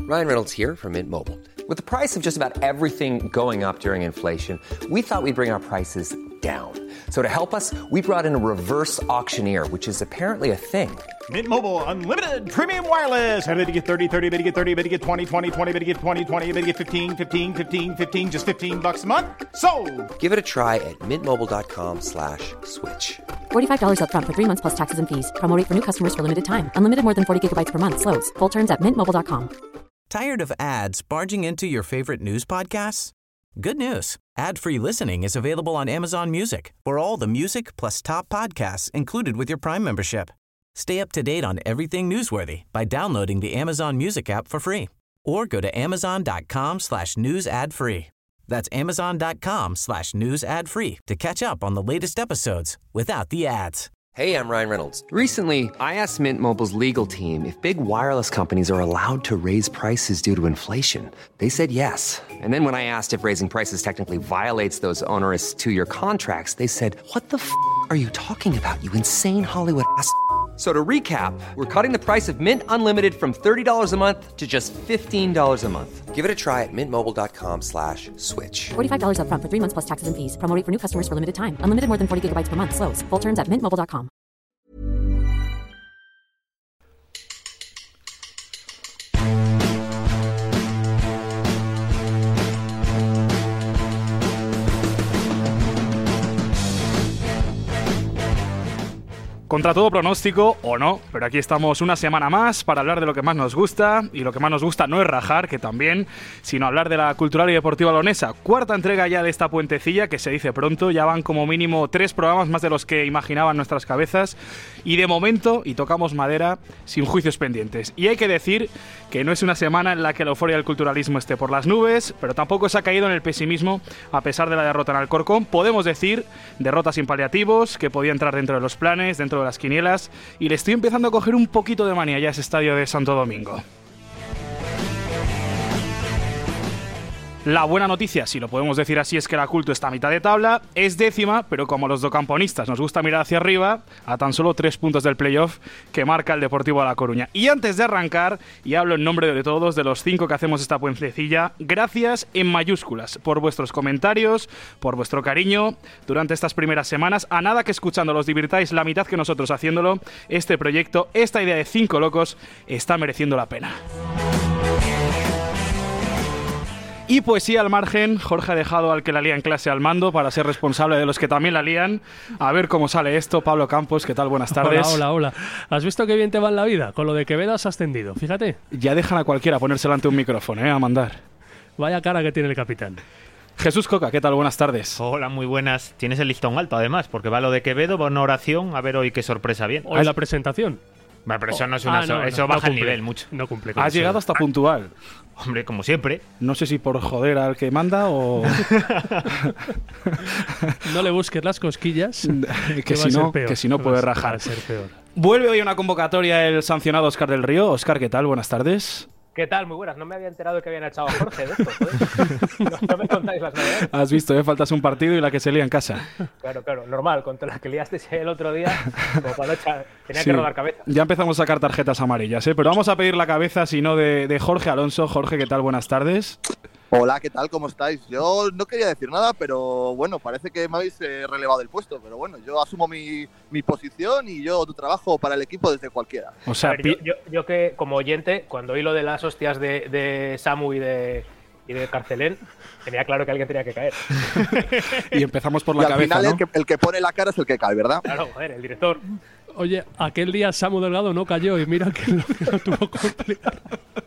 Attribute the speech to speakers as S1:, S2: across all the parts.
S1: Ryan Reynolds here from Mint Mobile. With the price of just about everything going up during inflation, we thought we'd bring our prices down. So to help us, we brought in a reverse auctioneer, which is apparently a thing.
S2: Mint Mobile Unlimited Premium Wireless. How to get 30, 30, bit to get 30, bit to get 20, 20, 20, bit to get 20, 20, bit to get 15, 15, 15, 15, just $15 a month? Sold!
S1: Give it a try at mintmobile.com/switch.
S3: $45 up front for 3 months plus taxes and fees. Promo rate for new customers for limited time. Unlimited more than 40 gigabytes per month. Slows full terms at mintmobile.com.
S4: Tired of ads barging into your favorite news podcasts? Good news. Ad-free listening is available on Amazon Music for all the music plus top podcasts included with your Prime membership. Stay up to date on everything newsworthy by downloading the Amazon Music app for free or go to amazon.com/news ad free. That's amazon.com/news ad free to catch up on the latest episodes without the ads.
S1: Hey, I'm Ryan Reynolds. Recently, I asked Mint Mobile's legal team if big wireless companies are allowed to raise prices due to inflation. They said yes. And then when I asked if raising prices technically violates those onerous 2-year contracts, they said, "What the f*** are you talking about, you insane Hollywood ass?" So to recap, we're cutting the price of Mint Unlimited from $30 a month to just $15 a month. Give it a try at mintmobile.com/switch.
S3: $45 up front for 3 months plus taxes and fees. Promo rate for new customers for limited time. Unlimited more than 40 gigabytes per month. Slows full terms at mintmobile.com.
S5: Contra todo pronóstico, o no, pero aquí estamos una semana más para hablar de lo que más nos gusta, y lo que más nos gusta no es rajar, que también, sino hablar de la cultural y deportiva leonesa. Cuarta entrega ya de esta puentecilla, que se dice pronto, ya van como mínimo 3 programas más de los que imaginaban nuestras cabezas, y de momento, y tocamos madera, sin juicios pendientes. Y hay que decir que no es una semana en la que la euforia del culturalismo esté por las nubes, pero tampoco se ha caído en el pesimismo a pesar de la derrota en Alcorcón. Podemos decir, derrota sin paliativos, que podía entrar dentro de los planes, dentro de las quinielas, y le estoy empezando a coger un poquito de manía ya a ese estadio de Santo Domingo. La buena noticia, si lo podemos decir así, es que la Culto está a mitad de tabla, es 10ª, pero como los docamponistas nos gusta mirar hacia arriba, a tan solo 3 puntos del playoff que marca el Deportivo de La Coruña. Y antes de arrancar, y hablo en nombre de todos, de los 5 que hacemos esta puentecilla, gracias en mayúsculas por vuestros comentarios, por vuestro cariño durante estas primeras semanas. A nada que escuchando os divirtáis la mitad que nosotros haciéndolo, este proyecto, esta idea de 5 locos, está mereciendo la pena. Y poesía al margen, Jorge ha dejado al que la lía en clase al mando para ser responsable de los que también la lían. A ver cómo sale esto. Pablo Campos, ¿qué tal? Buenas tardes.
S6: Hola. ¿Has visto qué bien te va en la vida? Con lo de Quevedo has ascendido, fíjate.
S5: Ya dejan a cualquiera ponerse delante un micrófono, a mandar.
S6: Vaya cara que tiene el capitán.
S5: Jesús Coca, ¿qué tal? Buenas tardes.
S7: Hola, muy buenas. Tienes el listón alto además, porque va lo de Quevedo, va una oración, a ver hoy qué sorpresa bien.
S6: Hoy la presentación.
S7: Bueno, pero eso no es una eso
S6: no
S7: baja
S6: cumple,
S7: el nivel mucho.
S6: No cumple.
S5: Has llegado hasta puntual.
S7: Hombre, como siempre.
S5: No sé si por joder al que manda o...
S6: No le busques las cosquillas.
S5: que si no puede rajar.
S6: Va a ser peor.
S5: Vuelve hoy una convocatoria el sancionado Óscar del Río. Óscar, ¿qué tal? Buenas tardes.
S8: ¿Qué tal? Muy buenas. No me había enterado que habían echado a Jorge de esto. No me contáis las novedades.
S5: Has visto, faltas un partido y la que se lía en casa.
S8: Claro, normal. Contra la que liasteis el otro día, como cuando tenía que rodar cabeza.
S5: Ya empezamos a sacar tarjetas amarillas, pero vamos a pedir la cabeza, si no, de Jorge Alonso. Jorge, ¿qué tal? Buenas tardes.
S9: Hola, ¿qué tal? ¿Cómo estáis? Yo no quería decir nada, pero bueno, parece que me habéis relevado el puesto. Pero bueno, yo asumo mi posición y yo trabajo para el equipo desde cualquiera.
S5: O sea,
S8: yo que como oyente, cuando oí lo de las hostias de Samu y de Carcelén, tenía claro que alguien tenía que caer.
S5: Y empezamos por la cabeza,
S9: al final,
S5: ¿no?
S9: el que pone la cara es el que cae, ¿verdad?
S8: Claro, joder, el director.
S6: Oye, aquel día Samu Delgado no cayó y mira que lo tuvo complicado.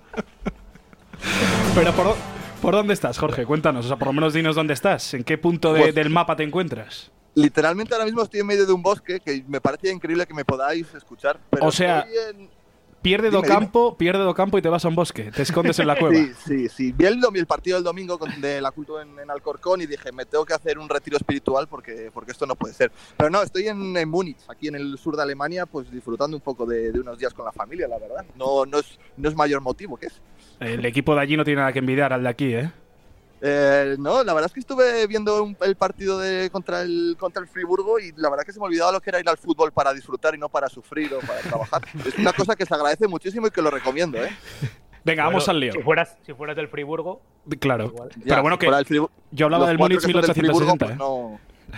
S5: Pero ¿por dónde estás, Jorge? Cuéntanos, o sea, por lo menos dinos dónde estás, en qué punto del mapa te encuentras.
S9: Literalmente ahora mismo estoy en medio de un bosque que me parece increíble que me podáis escuchar. Pero
S5: o sea, pierde Docampo y te vas a un bosque, te escondes en la cueva.
S9: Sí. Vi el partido del domingo de la Culto en Alcorcón y dije, me tengo que hacer un retiro espiritual porque esto no puede ser. Pero no, estoy en Múnich, aquí en el sur de Alemania, pues disfrutando un poco de unos días con la familia, la verdad. No es mayor motivo, ¿qué es?
S5: El equipo de allí no tiene nada que envidiar al de aquí, ¿eh?
S9: No, la verdad es que estuve viendo el partido contra el Friburgo y la verdad que se me olvidaba lo que era ir al fútbol para disfrutar y no para sufrir o para trabajar. Es una cosa que se agradece muchísimo y que lo recomiendo, ¿eh?
S5: Venga, vamos al lío.
S8: Si fueras del Friburgo.
S5: Claro.
S8: Igual.
S5: Pero bueno, que yo hablaba del Múnich 1860.
S9: Pues no...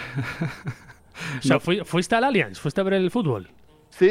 S6: O sea, ¿fuiste al Allianz? ¿Fuiste a ver el fútbol?
S9: Sí.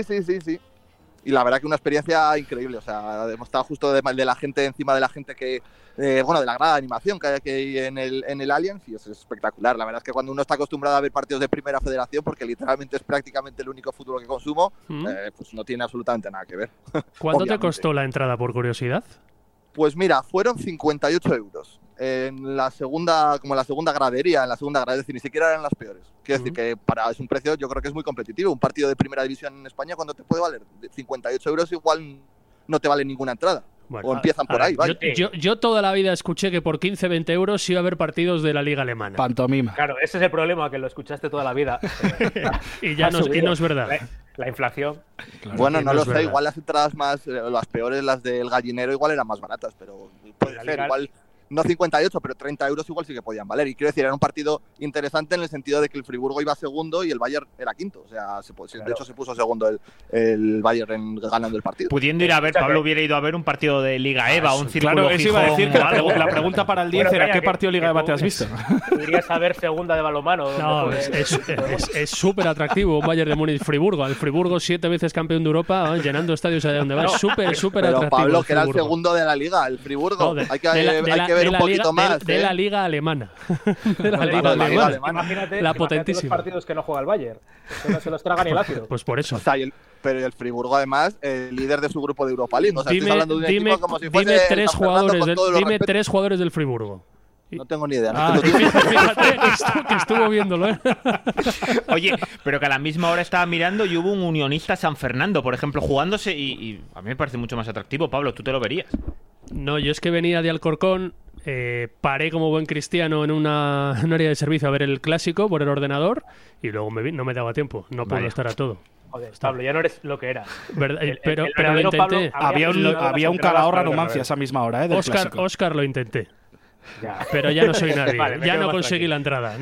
S9: Y la verdad que una experiencia increíble. O sea, hemos estado justo de la gente, encima de la gente que... de la grada de animación que hay aquí en el Allianz, y es espectacular. La verdad es que cuando uno está acostumbrado a ver partidos de Primera Federación, porque literalmente es prácticamente el único fútbol que consumo, pues no tiene absolutamente nada que ver.
S6: ¿Cuánto te costó la entrada, por curiosidad?
S9: Pues mira, fueron 58 euros. En la segunda gradería, es decir, ni siquiera eran las peores. Quiero decir que es un precio, yo creo que es muy competitivo. Un partido de primera división en España, ¿cuánto te puede valer? 58 euros igual no te vale ninguna entrada.
S6: Bueno,
S9: o empiezan por ahí, vaya.
S6: Yo toda la vida escuché que por 15-20 euros iba a haber partidos de la Liga Alemana.
S5: Pantomima.
S8: Claro, ese es el problema, que lo escuchaste toda la vida.
S6: y no es verdad.
S8: La inflación.
S9: Claro, bueno, no lo sé, igual las entradas las peores, las del Gallinero, igual eran más baratas, pero puede ser, igual... No 58, pero 30 euros igual sí que podían valer. Y quiero decir, era un partido interesante en el sentido de que el Friburgo iba segundo y el Bayern era quinto. O sea, de hecho se puso segundo el Bayern ganando el partido.
S7: Pudiendo ir a ver, Pablo hubiera ido a ver un partido de Liga EVA, un círculo
S5: Claro, eso iba a decir que
S7: la
S5: pregunta para el 10 era ¿qué partido de Liga EVA te has visto?
S8: Podrías saber segunda de balonmano.
S6: No, es súper atractivo un Bayern de Múnich-Friburgo. El Friburgo 7 veces campeón de Europa, llenando estadios allá donde va. Es súper atractivo.
S9: Pero Pablo, que era el segundo de la Liga, el Friburgo. Hay que ver un poquito más.
S6: De la Liga Alemana.
S9: De la Liga Alemana.
S8: Imagínate
S6: potentísima.
S8: los partidos que no juega el Bayern. Que no se los traga ni el ácido.
S6: Pues por eso.
S9: O sea, pero el Friburgo, además, el líder de su grupo de Europa League. O sea, estás hablando de un equipo como si fuese
S6: dime tres jugadores del Friburgo.
S9: No tengo ni idea.
S6: Fíjate que estuvo viéndolo, ¿eh?
S7: Oye, pero que a la misma hora estaba mirando y hubo un Unionista San Fernando, por ejemplo, jugándose y a mí me parece mucho más atractivo. Pablo, ¿tú te lo verías?
S6: No, yo es que venía de Alcorcón, paré como buen cristiano en un área de servicio a ver el clásico por el ordenador y luego no me daba tiempo. No puedo estar a todo.
S8: Joder, Pablo, ya no eres lo que eras.
S6: Pero lo intenté.
S5: 0 había un Calahorra Numancia esa misma hora, del clásico.
S6: Oscar lo intenté. Ya. Pero ya no soy nadie. Ya no conseguí la entrada.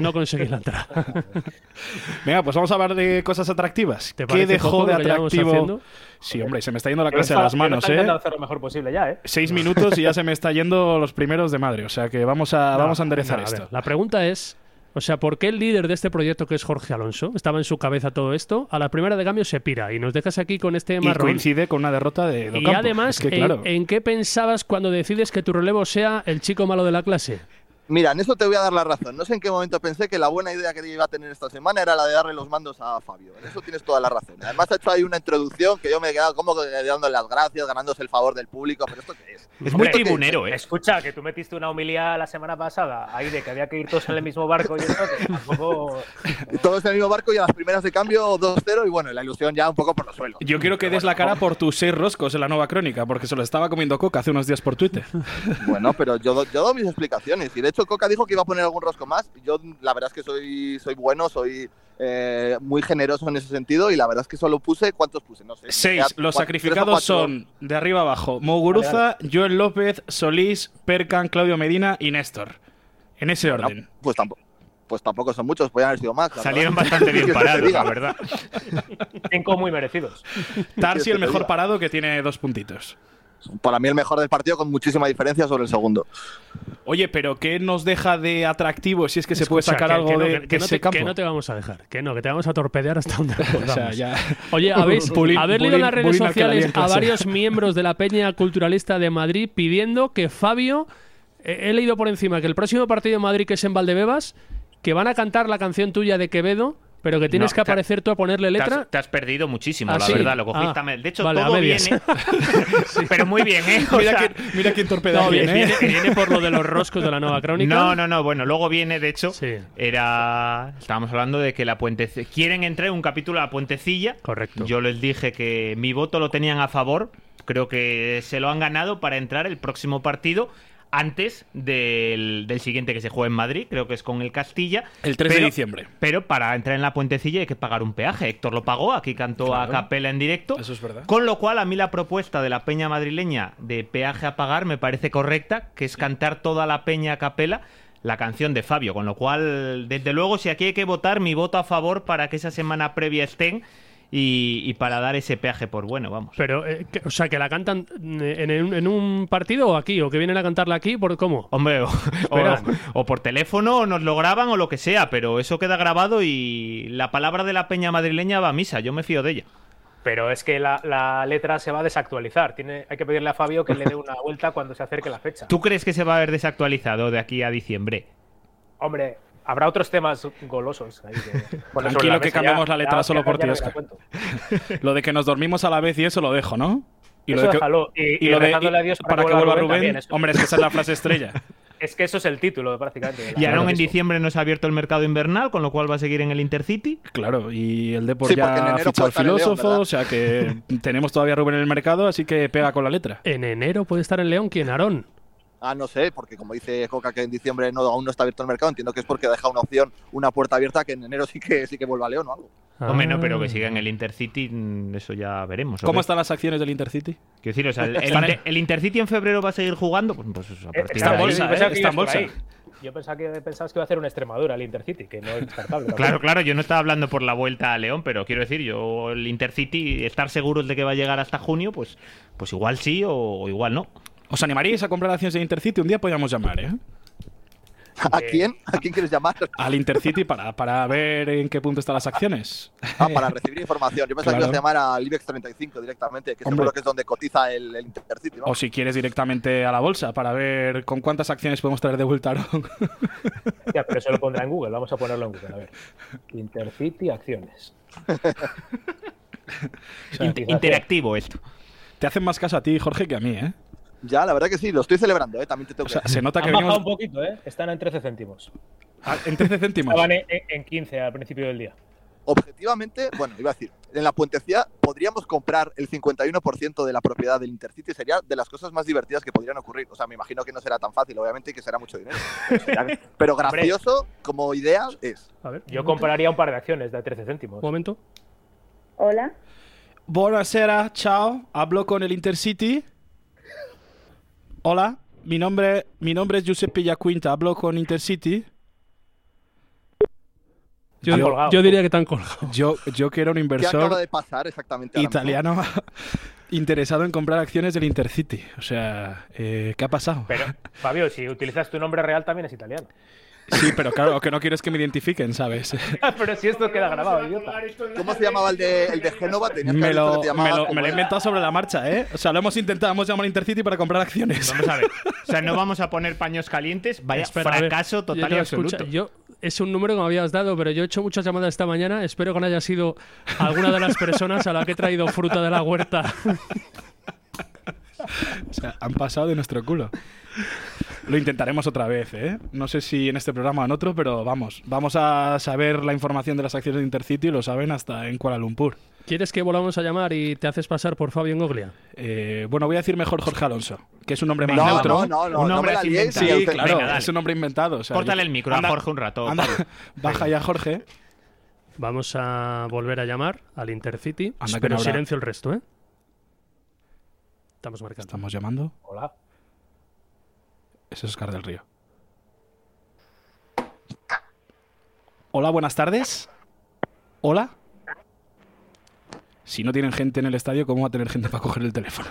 S5: Venga, pues vamos a hablar de cosas atractivas.
S6: ¿Qué dejó de atractivo?
S5: Sí, hombre, se me está yendo la clase de las manos, ¿eh?
S8: Hacer lo mejor posible ya,
S5: 6 minutos y ya se me está yendo los primeros de madre. O sea que vamos a enderezar esto.
S6: La pregunta es... O sea, ¿por qué el líder de este proyecto, que es Jorge Alonso, estaba en su cabeza todo esto? A la primera de cambio se pira y nos dejas aquí con este marrón.
S5: Y coincide con una derrota de Docampo.
S6: Y además, ¿en qué pensabas cuando decides que tu relevo sea el chico malo de la clase?
S9: Mira, en eso te voy a dar la razón. No sé en qué momento pensé que la buena idea que iba a tener esta semana era la de darle los mandos a Fabio. En eso tienes toda la razón. Además ha hecho ahí una introducción que yo me he quedado como dándole las gracias, ganándose el favor del público. ¿Pero esto qué es?
S7: Es muy tribunero, ¿eh?
S8: Escucha, que tú metiste una homilía la semana pasada ahí de que había que ir todos en el mismo barco y eso, que tampoco...
S9: Todos en el mismo barco y a las primeras de cambio 2-0 y bueno, la ilusión ya un poco por los suelos.
S5: Yo quiero que des la cara por tus 6 roscos en la nueva crónica, porque se lo estaba comiendo Coca hace unos días por Twitter.
S9: Bueno, pero yo doy mis explicaciones. Y de hecho Coca dijo que iba a poner algún rosco más. Yo la verdad es que soy bueno, soy muy generoso en ese sentido y la verdad es que solo puse, ¿cuántos puse? No sé.
S5: 6. Los sacrificados son, de arriba abajo, Muguruza, Joel López, Solís, Perkan, Claudio Medina y Néstor. En ese orden.
S9: Pues tampoco son muchos, podrían haber sido más.
S7: Salieron bastante bien parados, la verdad.
S8: 5 muy merecidos.
S5: Tarsi, el mejor parado, que tiene 2 puntitos.
S9: Para mí el mejor del partido con muchísima diferencia sobre el segundo.
S5: Oye, pero ¿qué nos deja de atractivo si es que se puede sacar algo de ese campo?
S6: Que no te vamos a dejar, que te vamos a torpedear hasta donde podamos.
S5: O sea, ya...
S6: Oye, haber leído en las redes sociales a varios miembros de la Peña Culturalista de Madrid pidiendo que Fabio... He leído por encima que el próximo partido de Madrid, que es en Valdebebas, que van a cantar la canción tuya de Quevedo, pero que tienes que aparecer tú a ponerle letra.
S7: Te has perdido muchísimo, la
S6: ¿sí?
S7: verdad. Lo cogiste de hecho,
S6: vale,
S7: todo viene. Sí. Pero muy bien, ¿eh?
S5: Mira quién torpeda
S6: no,
S5: bien, ¿eh?
S6: Viene por lo de los roscos de la nueva crónica.
S7: No. Bueno, luego viene, de hecho, estábamos hablando de que la Puentecilla. Quieren entrar en un capítulo a la Puentecilla.
S6: Correcto.
S7: Yo les dije que mi voto lo tenían a favor. Creo que se lo han ganado para entrar el próximo partido. Antes del siguiente que se juega en Madrid, creo que es con el Castilla.
S5: El 3 de diciembre.
S7: Pero para entrar en la Puentecilla hay que pagar un peaje. Héctor lo pagó, aquí cantó a capela en directo.
S5: Eso es verdad.
S7: Con lo cual, a mí la propuesta de la peña madrileña de peaje a pagar me parece correcta, que es cantar toda la peña a capela la canción de Fabio. Con lo cual, desde luego, si aquí hay que votar, mi voto a favor para que esa semana previa estén. y para dar ese peaje por bueno, vamos.
S6: Pero, o sea, que la cantan en un partido o aquí, o que vienen a cantarla aquí, ¿por cómo?
S7: Hombre, o por teléfono, o nos lo graban o lo que sea, pero eso queda grabado y la palabra de la peña madrileña va a misa, yo me fío de ella.
S8: Pero es que la letra se va a desactualizar. Hay que pedirle a Fabio que le dé una vuelta cuando se acerque la fecha.
S7: ¿Tú crees que se va a ver desactualizado de aquí a diciembre?
S8: Hombre, habrá otros temas golosos. Ahí
S5: Tranquilo que cambiamos la letra solo por ti, Óscar. Lo de que nos dormimos a la vez y eso lo dejo, ¿no? Y
S8: eso
S5: lo de
S8: déjalo. Y rezándole a Dios
S5: para que vuelva Rubén.
S8: También,
S5: hombre, es que esa es la frase estrella.
S8: Es que eso es el título, prácticamente.
S7: Y Aarón en diciembre nos ha abierto el mercado invernal, con lo cual va a seguir en el Intercity.
S5: Claro, y el Depor ya ha fichado al filósofo, León, o sea que tenemos todavía a Rubén en el mercado, así que pega con la letra.
S6: En enero puede estar en León, ¿quién, Aarón?
S9: No sé, porque como dice Coca que en diciembre aún no está abierto el mercado, entiendo que es porque deja una opción, una puerta abierta que en enero sí que vuelva a León o algo.
S7: Hombre, no, pero que siga en el Intercity, eso ya veremos.
S5: ¿Cómo están las acciones del Intercity?
S7: Quiero decir, o sea, el Intercity en febrero va a seguir jugando, pues a partir
S5: está en bolsa, está en bolsa.
S8: Yo pensabas que iba a hacer una Extremadura el Intercity, que no es descartable.
S7: Claro, yo no estaba hablando por la vuelta a León, pero quiero decir, yo el Intercity, estar seguros de que va a llegar hasta junio, pues igual sí o igual no.
S5: ¿Os animaríais a comprar acciones de Intercity? Un día podríamos llamar, ¿eh?
S9: ¿A quién? ¿A quién quieres llamar?
S5: Al Intercity para ver en qué punto están las acciones.
S9: Para recibir información. Yo pensaba que ibas a llamar al IBEX 35 directamente, que seguro que es donde cotiza el Intercity, ¿no?
S5: O si quieres directamente a la bolsa para ver con cuántas acciones podemos traer de vuelta, ¿no?
S8: Ya, pero eso lo pondrá en Google. Vamos a ponerlo en Google. A ver. Intercity acciones.
S7: Interactivo esto.
S5: Te hacen más caso a ti, Jorge, que a mí, ¿eh?
S9: Ya, la verdad que sí, lo estoy celebrando, también te tengo que
S5: se nota que
S8: han bajado un poquito, Están en 13 céntimos.
S5: ¿En 13 céntimos?
S8: Estaban en 15 al principio del día.
S9: Objetivamente, bueno, iba a decir, en la Puentecía podríamos comprar el 51% de la propiedad del Intercity, sería de las cosas más divertidas que podrían ocurrir. O sea, me imagino que no será tan fácil, obviamente, y que será mucho dinero. Pero gracioso, como idea, es.
S8: A ver, yo compraría un par de acciones de 13 céntimos.
S6: Un momento.
S10: Hola.
S5: Buonasera, chao. Hablo con el Intercity. Hola, mi nombre es Giuseppe Giaquinta, hablo con Intercity.
S6: Yo diría que te han colgado.
S5: Yo que era un inversor
S9: ¿Qué acaba de pasar exactamente
S5: italiano interesado en comprar acciones del Intercity. O sea, ¿qué ha pasado?
S8: Pero, Fabio, si utilizas tu nombre real también es italiano.
S5: Sí, pero claro, lo que no quiero es que me identifiquen, ¿sabes?
S8: Pero si esto queda grabado, idiota.
S9: ¿Cómo se llamaba el de Génova?
S5: Me lo he inventado sobre la marcha, ¿eh? O sea, lo hemos intentado, hemos llamado a Intercity para comprar acciones.
S7: Vamos a ver. O sea, no vamos a poner paños calientes. Vaya fracaso total y absoluto.
S6: Es un número que me habías dado, pero yo he hecho muchas llamadas esta mañana. Espero que no haya sido alguna de las personas a la que he traído fruta de la huerta.
S5: O sea, han pasado de nuestro culo. Lo intentaremos otra vez, ¿eh? No sé si en este programa o en otro, pero vamos a saber la información de las acciones de Intercity y lo saben hasta en Kuala Lumpur.
S6: ¿Quieres que volvamos a llamar y te haces pasar por Fabio Engoglia?
S5: Bueno, voy a decir mejor Jorge Alonso, que es un nombre más neutro.
S9: Un
S5: nombre
S9: así
S5: inventado. Sí, claro, venga, es un nombre inventado. O sea,
S7: córtale el micro a Jorge un rato.
S5: Baja ya, Jorge.
S6: Vamos a volver a llamar al Intercity, pero silencio el resto, ¿eh? Estamos marcando.
S5: Estamos llamando.
S8: Hola.
S5: Es Óscar del Río. Hola, buenas tardes. Hola. Si no tienen gente en el estadio, ¿cómo va a tener gente para coger el teléfono?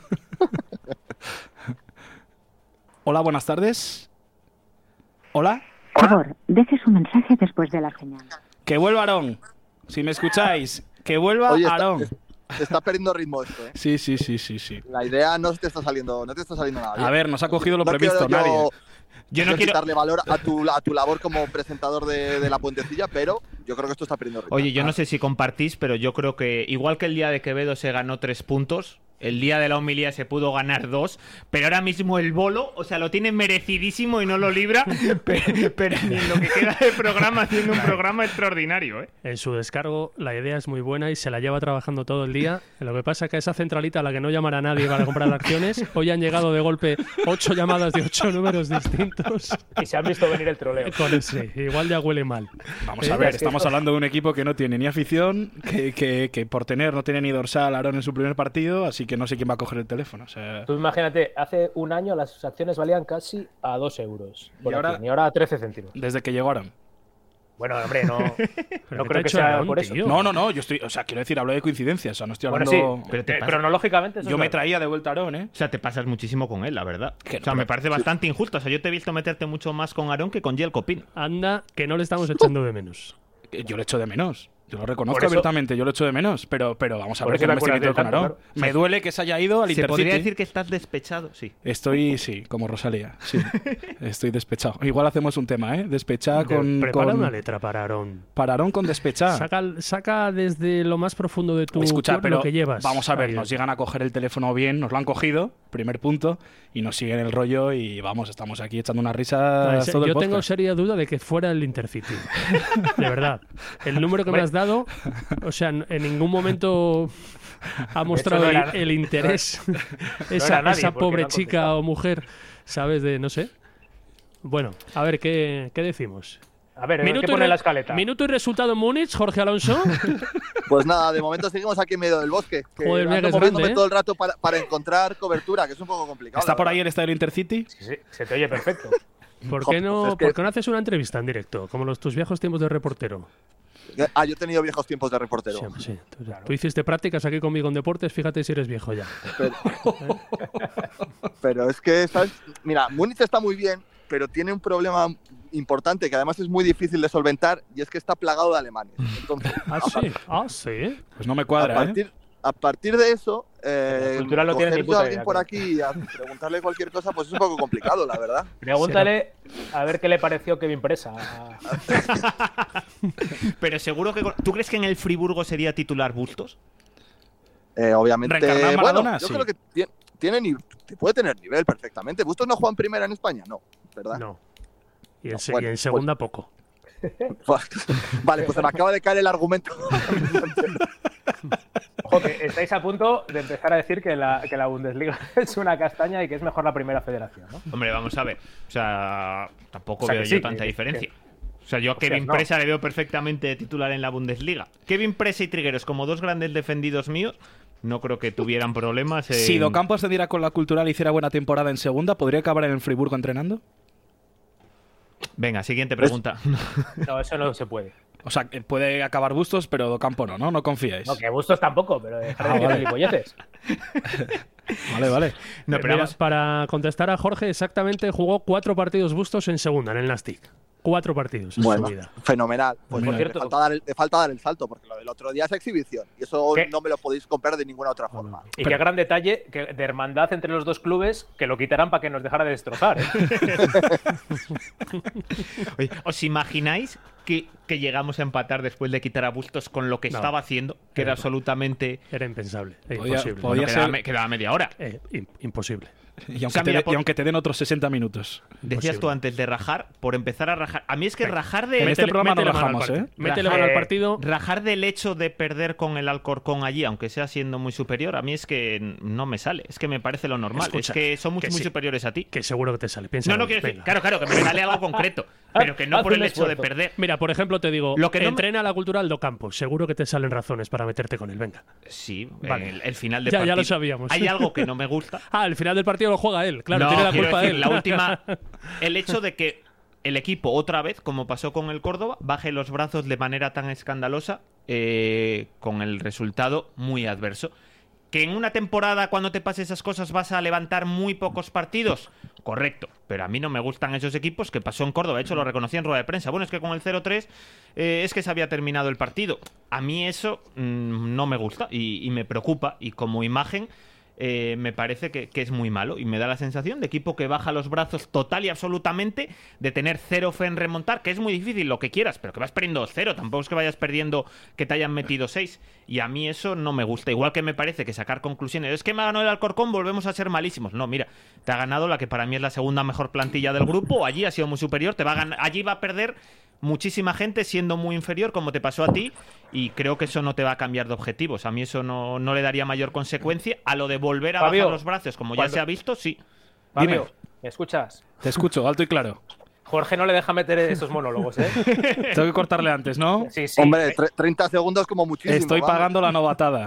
S5: Hola, buenas tardes. Hola.
S10: Por favor, deje su mensaje después de la señal.
S5: Que vuelva Aarón. Si me escucháis, que vuelva Aarón.
S9: Está perdiendo ritmo esto, ¿eh?
S5: Sí.
S9: La idea no te está saliendo nada bien.
S5: A ver, nos ha cogido lo previsto nadie.
S9: Yo no quiero darle valor a tu labor como presentador de La Puentecilla, pero yo creo que esto está perdiendo ritmo.
S7: Oye, yo no sé si compartís, pero yo creo que igual que el día de Quevedo se ganó 3 puntos, el día de la homilía se pudo ganar 2, pero ahora mismo el bolo, o sea, lo tiene merecidísimo y no lo libra, pero ni en lo que queda de programa, haciendo un programa extraordinario, ¿eh?
S6: En su descargo la idea es muy buena y se la lleva trabajando todo el día. Lo que pasa es que esa centralita a la que no llamará a nadie para comprar acciones, hoy han llegado de golpe 8 llamadas de 8 números distintos.
S8: Y se han visto venir el troleo.
S6: Con ese, igual ya huele mal.
S5: Vamos a ver, estamos hablando de un equipo que no tiene ni afición, que por tener no tiene ni dorsal Aarón en su primer partido, así que no sé quién va a coger el teléfono. O sea...
S8: Tú imagínate, hace un año las acciones valían casi a 2 euros. Y ahora a 13 céntimos.
S5: Desde que llegaron.
S8: Bueno, hombre, no
S6: Pero
S8: creo que sea por eso.
S6: tío.
S5: No, yo estoy, o sea, quiero decir, hablo de coincidencias, o sea, no estoy
S8: Bueno,
S5: hablando...
S8: sí,
S7: Pero te pasa-
S8: cronológicamente eso
S5: Yo
S8: es
S5: me
S8: verdad.
S5: traía de vuelta a Aarón, ¿eh?
S7: O sea, te pasas muchísimo con él, la verdad.
S5: Que
S7: O sea,
S5: no,
S7: me parece bastante injusto. O sea, yo te he visto meterte mucho más con Aarón que con Yel Copín.
S6: Anda, que no le estamos echando de menos.
S5: Yo lo echo de menos. Yo lo reconozco
S8: Por eso-
S5: abiertamente, yo lo echo de menos. Pero vamos a
S8: Por
S5: ver
S8: eso
S5: que
S8: te
S5: no me estoy
S8: acuerdas
S5: metiendo
S8: de
S5: con
S8: tanto,
S5: Aarón.
S8: claro.
S5: Me duele que se haya ido al
S7: ¿Se podría
S5: Intercity.
S7: decir que estás despechado? Sí.
S5: Estoy, sí, como Rosalía. Sí, estoy despechado. Igual hacemos un tema, ¿eh? Despechada
S6: Prepara
S5: con...
S6: una letra para Aarón.
S5: Para Aarón con despechada.
S6: Saca desde lo más profundo de tu
S5: Escucha,
S6: cuerpo
S5: pero
S6: lo que llevas.
S5: vamos a ver,
S6: Ahí.
S5: nos llegan a coger el teléfono bien, nos lo han cogido, primer punto, y nos siguen el rollo y vamos, estamos aquí echando unas risas todo el
S6: Yo tengo
S5: podcast.
S6: seria duda de que fuera el Intercity. De verdad. El número que me has dado, o sea, en ningún momento ha mostrado
S8: no era-
S6: el interés
S8: era nadie,
S6: esa
S8: porque
S6: pobre
S8: no han
S6: chica
S8: contestado.
S6: o mujer, ¿sabes? De no sé. Bueno, a ver, ¿qué decimos?
S8: A ver, ¿qué pone en la escaleta?
S6: Minuto y resultado en Múnich, Jorge Alonso.
S9: Pues nada, de momento seguimos aquí en medio del bosque. Que
S6: Joder, mira
S9: ando
S6: que es
S9: moviéndome
S6: grande, ¿eh?
S9: todo el rato para encontrar cobertura, que es un poco complicado.
S5: ¿Está
S9: la
S5: por ahí
S9: verdad.
S5: el estadio del Intercity?
S8: Sí, se te oye perfecto.
S6: ¿Por
S9: Joder,
S6: qué no,
S9: pues es que-
S6: ¿por qué no haces una entrevista en directo? Como tus viejos tiempos de reportero.
S9: Ah, yo he tenido viejos tiempos de reportero.
S6: Sí, hombre, sí. Tú hiciste prácticas aquí conmigo en deportes, fíjate si eres viejo ya.
S9: Pero es que, ¿sabes? Mira, Múnich está muy bien, pero tiene un problema importante que además es muy difícil de solventar y es que está plagado de alemanes. Entonces,
S6: Sí.
S5: Pues no me cuadra, ¿eh?
S9: a partir de eso,
S8: cultural no tiene
S9: coger
S8: ni
S9: yo a
S8: puta
S9: alguien
S8: idea,
S9: por
S8: creo.
S9: aquí y preguntarle cualquier cosa, pues es un poco complicado, la verdad.
S8: Pregúntale a ver qué le pareció Kevin Presa.
S7: Pero seguro que... ¿Tú crees que en el Friburgo sería titular Bustos?
S9: Obviamente,
S5: ¿Reencarnar Maradona?
S9: bueno, yo
S5: Sí.
S9: creo que puede tener nivel perfectamente. ¿Bustos no juega en primera en España? No, ¿verdad?
S6: No. Y en,
S9: No,
S6: se-
S9: bueno,
S6: y en segunda poco.
S9: Vale, pues se me acaba de caer el argumento.
S8: Ojo, que estáis a punto de empezar a decir que la Bundesliga es una castaña y que es mejor la primera federación, ¿no?
S7: Hombre, vamos a ver. O sea, tampoco
S8: O sea,
S7: veo
S8: que
S7: yo
S8: sí,
S7: tanta
S8: que-
S7: diferencia. O sea, yo a
S8: Hostias,
S7: Kevin
S8: no.
S7: Presa le veo perfectamente titular en la Bundesliga. Kevin Presa y Trigueros, como dos grandes defendidos míos, no creo que tuvieran problemas en...
S5: Si Docampo ascendiera con la Cultural y hiciera buena temporada en segunda, ¿podría acabar en el Friburgo entrenando?
S7: Venga, siguiente pregunta.
S8: No, eso no se puede.
S5: O sea, puede acabar Bustos, pero Docampo no, ¿no? No confiáis.
S8: No, que Bustos tampoco, pero dejar de
S5: Ah,
S8: decir
S5: vale.
S8: gilipolleces.
S5: Vale.
S7: No, pero
S6: Mira,
S7: vamos...
S6: para contestar a Jorge, exactamente jugó 4 partidos Bustos en segunda, en el Nastic. 4 partidos en
S9: Bueno,
S6: su vida.
S9: fenomenal. Pues
S8: Por
S9: le
S8: cierto-
S9: falta dar el salto, porque lo del otro día es exhibición. Y eso
S8: ¿Qué?
S9: no me lo podéis comprar de ninguna otra forma.
S8: Y qué gran detalle de hermandad entre los dos clubes que lo quitarán para que nos dejara de destrozar, ¿eh?
S7: Oye, ¿os imagináis que llegamos a empatar después de quitar a Bustos con lo que
S6: No.
S7: estaba haciendo? Que era absolutamente...
S6: Era impensable.
S5: Podía-
S6: Imposible.
S5: podía
S7: Bueno,
S5: ser-
S7: quedaba media hora.
S6: Imposible.
S5: Y aunque,
S7: O sea, mira,
S5: y aunque te den otros 60 minutos.
S7: Decías tú antes de rajar, por empezar a rajar. A mí es que rajar de...
S5: En este programa no
S6: métele mano al
S5: rajamos,
S6: partido.
S5: ¿eh?
S6: Métele
S7: Rajar-
S6: mano al partido.
S7: Rajar del hecho de perder con el Alcorcón allí, aunque sea siendo muy superior, a mí es que no me sale. Es que me parece lo normal.
S6: Escucha,
S7: es que somos
S6: que
S7: muy
S6: sí.
S7: superiores a ti.
S6: Que seguro que te sale. Piensa.
S7: No, no quiero decir. Claro, que me sale algo concreto. Pero que no
S8: Haz
S7: por
S8: un
S7: el hecho de
S8: esfuerzo.
S7: perder.
S6: Mira, por ejemplo, te digo,
S7: Lo que no me-
S6: entrena la Cultural do Campo. Seguro que te salen razones para meterte con él. Venga.
S7: Sí,
S6: Vale.
S7: el final de
S6: Ya
S7: partido.
S6: lo sabíamos.
S7: Hay algo que no me gusta.
S6: Al final del partido lo juega él. Claro,
S7: No,
S6: tiene la
S7: quiero
S6: culpa
S7: decir,
S6: él.
S7: la última. El hecho de que el equipo, otra vez, como pasó con el Córdoba, baje los brazos de manera tan escandalosa, con el resultado muy adverso. ¿Que en una temporada, cuando te pase esas cosas, vas a levantar muy pocos partidos? Correcto, pero a mí no me gustan esos equipos que pasó en Córdoba. De hecho, lo reconocí en rueda de prensa. Bueno, es que con el 0-3 es que se había terminado el partido. A mí eso no me gusta y me preocupa. Y como imagen, me parece que es muy malo. Y me da la sensación de equipo que baja los brazos total y absolutamente, de tener cero fe en remontar, que es muy difícil, lo que quieras, pero que vas perdiendo 0. Tampoco es que vayas perdiendo que te hayan metido 6. Y a mí eso no me gusta. Igual que me parece que sacar conclusiones, es que me ha ganado el Alcorcón, volvemos a ser malísimos. No, mira, te ha ganado la que para mí es la segunda mejor plantilla del grupo. Allí ha sido muy superior. Allí va a perder muchísima gente siendo muy inferior, como te pasó a ti, y creo que eso no te va a cambiar de objetivos. A mí eso no le daría mayor consecuencia. A lo de volver a
S8: Fabio,
S7: bajar los brazos, como ya
S8: cuando-
S7: se ha visto, sí.
S8: Fabio, ¿me escuchas?
S5: Te escucho, alto y claro.
S8: Jorge no le deja meter esos monólogos, ¿eh?
S5: Tengo que cortarle antes, ¿no?
S8: Sí, sí.
S9: Hombre, 30 segundos como muchísimo.
S5: Estoy
S9: vamos.
S5: pagando la novatada.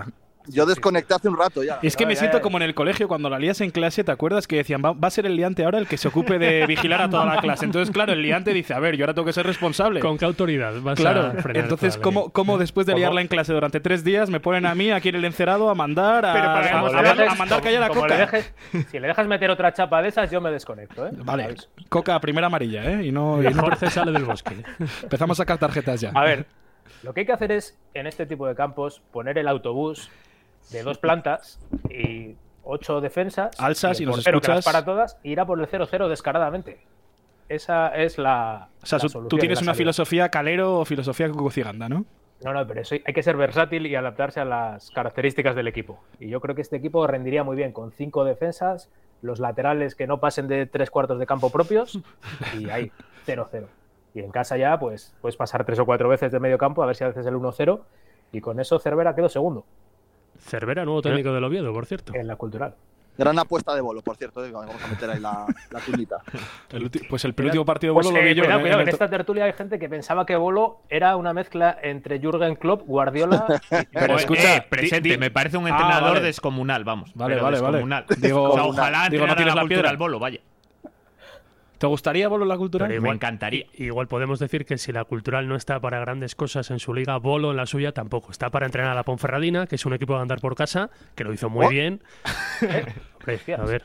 S9: Yo desconecté hace un rato ya.
S5: Es que me siento como en el colegio cuando la lías en clase, ¿te acuerdas? Que decían, va a ser el liante ahora el que se ocupe de vigilar a toda la clase. Entonces, claro, el liante dice, a ver, yo ahora tengo que ser responsable.
S6: ¿Con qué autoridad vas
S5: claro,
S6: a frenar?
S5: Entonces, ¿cómo después de liarla en clase durante 3 días me ponen a mí aquí en el encerado a mandar a mandar callar a Coca?
S8: Si le dejas meter otra chapa de esas, yo me desconecto, ¿eh?
S5: Vale, Coca, primera amarilla, ¿eh? Y no
S6: Jorge sale del bosque.
S5: Empezamos a sacar tarjetas ya.
S8: A ver, lo que hay que hacer es, en este tipo de campos, poner el autobús de 2 plantas y 8 defensas.
S5: Alzas y nos
S8: escuchas. Para todas, e ir a por el 0-0 descaradamente. Esa es la.
S5: O sea, tú tienes una filosofía calero o filosofía cucuciganda, ¿no?
S8: No, pero eso hay que ser versátil y adaptarse a las características del equipo. Y yo creo que este equipo rendiría muy bien con 5 defensas, los laterales que no pasen de 3/4 de campo propios y ahí, 0-0. Y en casa ya, pues puedes pasar 3 o 4 veces de medio campo, a ver si haces el 1-0. Y con eso Cervera quedó segundo.
S6: Cervera, nuevo técnico del Oviedo, por cierto.
S8: En la Cultural.
S9: Gran apuesta de Bolo, por cierto. Vamos a meter ahí la cuñita.
S5: Pues el penúltimo partido de Bolo lo vi yo.
S8: Cuidado, en esta tertulia hay gente que pensaba que Bolo era una mezcla entre Jürgen Klopp, Guardiola.
S7: Pero escucha, presente, me parece un entrenador descomunal, vamos.
S5: Vale.
S7: Descomunal. Digo, ojalá
S5: no tienes la piedra
S7: al Bolo, vaya.
S5: ¿Te gustaría Bolo en la Cultural?
S7: Me encantaría.
S6: Igual podemos decir que si la Cultural no está para grandes cosas en su liga, Bolo en la suya tampoco. Está para entrenar a la Ponferradina, que es un equipo de andar por casa, que lo hizo muy bien. A ver,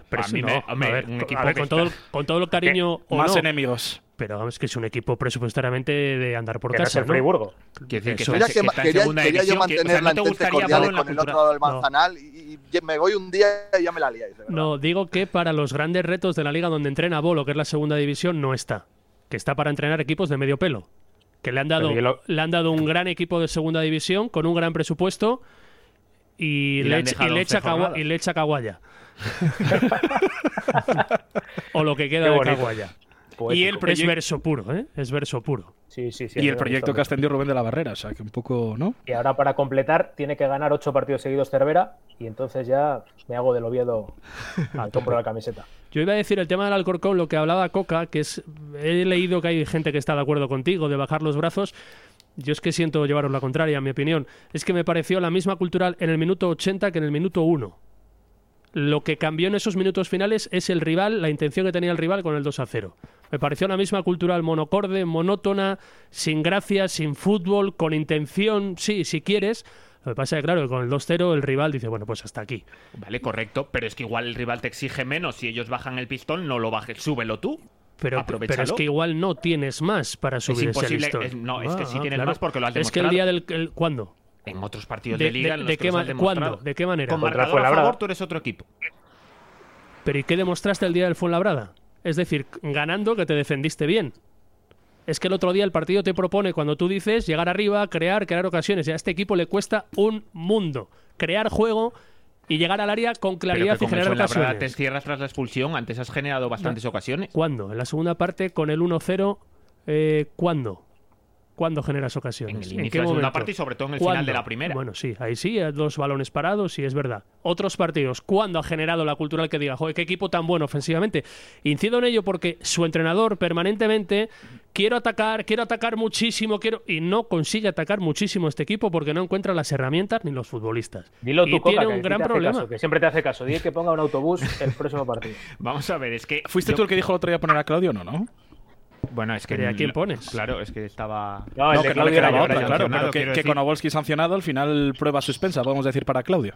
S6: con todo el cariño o
S5: más
S6: no,
S5: enemigos.
S6: Pero vamos, que es un equipo presupuestamente de andar por
S8: que
S6: casa.
S8: No es el Friburgo.
S9: Quería yo mantener la entente cordial con el otro lado del Manzanal y me voy un día y ya me la liáis.
S6: No, digo que para los grandes retos de la liga donde entrena Bolo, que es la segunda división, no está. Que está para entrenar equipos de medio pelo. Que le han dado un gran equipo de segunda división con un gran presupuesto y le echa Caguaya. O lo que queda de Caguaya. Y el es verso puro, ¿eh? Es verso puro.
S8: Sí,
S5: y el proyecto que ascendió Rubén de la Barrera, o sea, que un poco, ¿no?
S8: Y ahora para completar tiene que ganar 8 partidos seguidos Cervera y entonces ya me hago del Oviedo a compro la camiseta.
S6: Yo iba a decir el tema del Alcorcón, lo que hablaba Coca, que es, he leído que hay gente que está de acuerdo contigo de bajar los brazos. Yo es que siento llevaros la contraria, en mi opinión. Es que me pareció la misma Cultural en el minuto 80 que en el minuto 1. Lo que cambió en esos minutos finales es el rival, la intención que tenía el rival con el 2-0. Me pareció la misma Cultural monocorde, monótona, sin gracia, sin fútbol, con intención, sí, si quieres. Lo que pasa es que, claro, que con el 2-0 el rival dice, bueno, pues hasta aquí.
S7: Vale, correcto, pero es que igual el rival te exige menos. Si ellos bajan el pistón, no lo bajes, súbelo tú.
S6: Pero es que igual no tienes más para subir ese listón.
S7: Es que sí tienes más porque lo has demostrado.
S6: Es que el día del... ¿Cuándo?
S7: En otros partidos de liga,
S6: ¿Cuándo? ¿De qué manera?
S7: Con marcador a favor, tú eres otro equipo.
S6: ¿Pero y qué demostraste el día del Fuenlabrada? Es decir, ganando que te defendiste bien. Es que el otro día el partido te propone, cuando tú dices, llegar arriba, crear ocasiones. Y a este equipo le cuesta un mundo. Crear juego y llegar al área con claridad y generar ocasiones.
S7: Te cierras tras la expulsión, antes has generado bastantes ocasiones.
S6: ¿Cuándo? En la segunda parte, con el 1-0, ¿cuándo? ¿Cuándo generas ocasiones?
S7: En el inicio de la segunda parte y sobre todo en el final de la primera.
S6: Bueno, sí, ahí sí, 2 balones parados, sí, es verdad. Otros partidos, ¿cuándo ha generado la Cultural que diga, joder, qué equipo tan bueno ofensivamente? Incido en ello porque su entrenador permanentemente, quiero atacar muchísimo, y no consigue atacar muchísimo este equipo porque no encuentra las herramientas ni los futbolistas.
S8: Dilo tú,
S6: y
S8: Coca,
S6: tiene un gran problema.
S8: Que siempre te hace caso. Dile que ponga un autobús el próximo partido.
S7: Vamos a ver, es que...
S5: ¿Fuiste tú el que dijo el otro día poner a Claudio o no?
S7: Bueno, es que
S6: ¿a quién pones?
S7: Claro, es que estaba...
S5: No, que no le quedaba otra, claro, pero que con Obolski sancionado, al final prueba suspensa, podemos decir, para Claudio.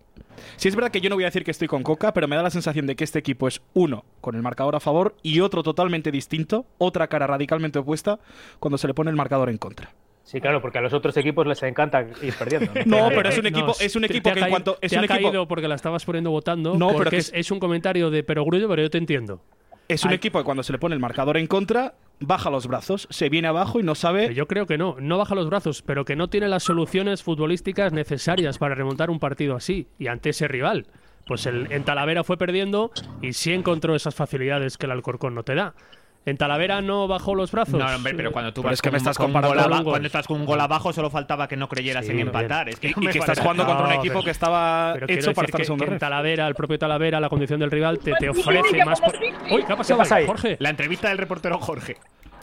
S5: Sí, es verdad que yo no voy a decir que estoy con Coca, pero me da la sensación de que este equipo es uno con el marcador a favor y otro totalmente distinto, otra cara radicalmente opuesta, cuando se le pone el marcador en contra.
S8: Sí, claro, porque a los otros equipos les encanta ir perdiendo.
S5: No, pero es un equipo que en cuanto...
S6: Te ha caído porque la estabas poniendo votando, no, porque es un comentario de perogrullo, pero yo te entiendo.
S5: Es un equipo que cuando se le pone el marcador en contra, baja los brazos, se viene abajo y no sabe...
S6: Yo creo que no baja los brazos, pero que no tiene las soluciones futbolísticas necesarias para remontar un partido así, y ante ese rival. Pues en Talavera fue perdiendo y sí encontró esas facilidades que el Alcorcón no te da. ¿En Talavera no bajó los brazos?
S7: No, hombre, pero cuando tú
S5: vas
S7: con cuando estás con un gol abajo, solo faltaba que no creyeras en empatar. Es que
S5: y que estás jugando contra un equipo que estaba hecho para estar en segundo.
S6: En Talavera, el propio Talavera, la condición del rival, te ofrece más... Uy, ¿qué ha pasado ahí, Jorge?
S7: La entrevista del reportero Jorge.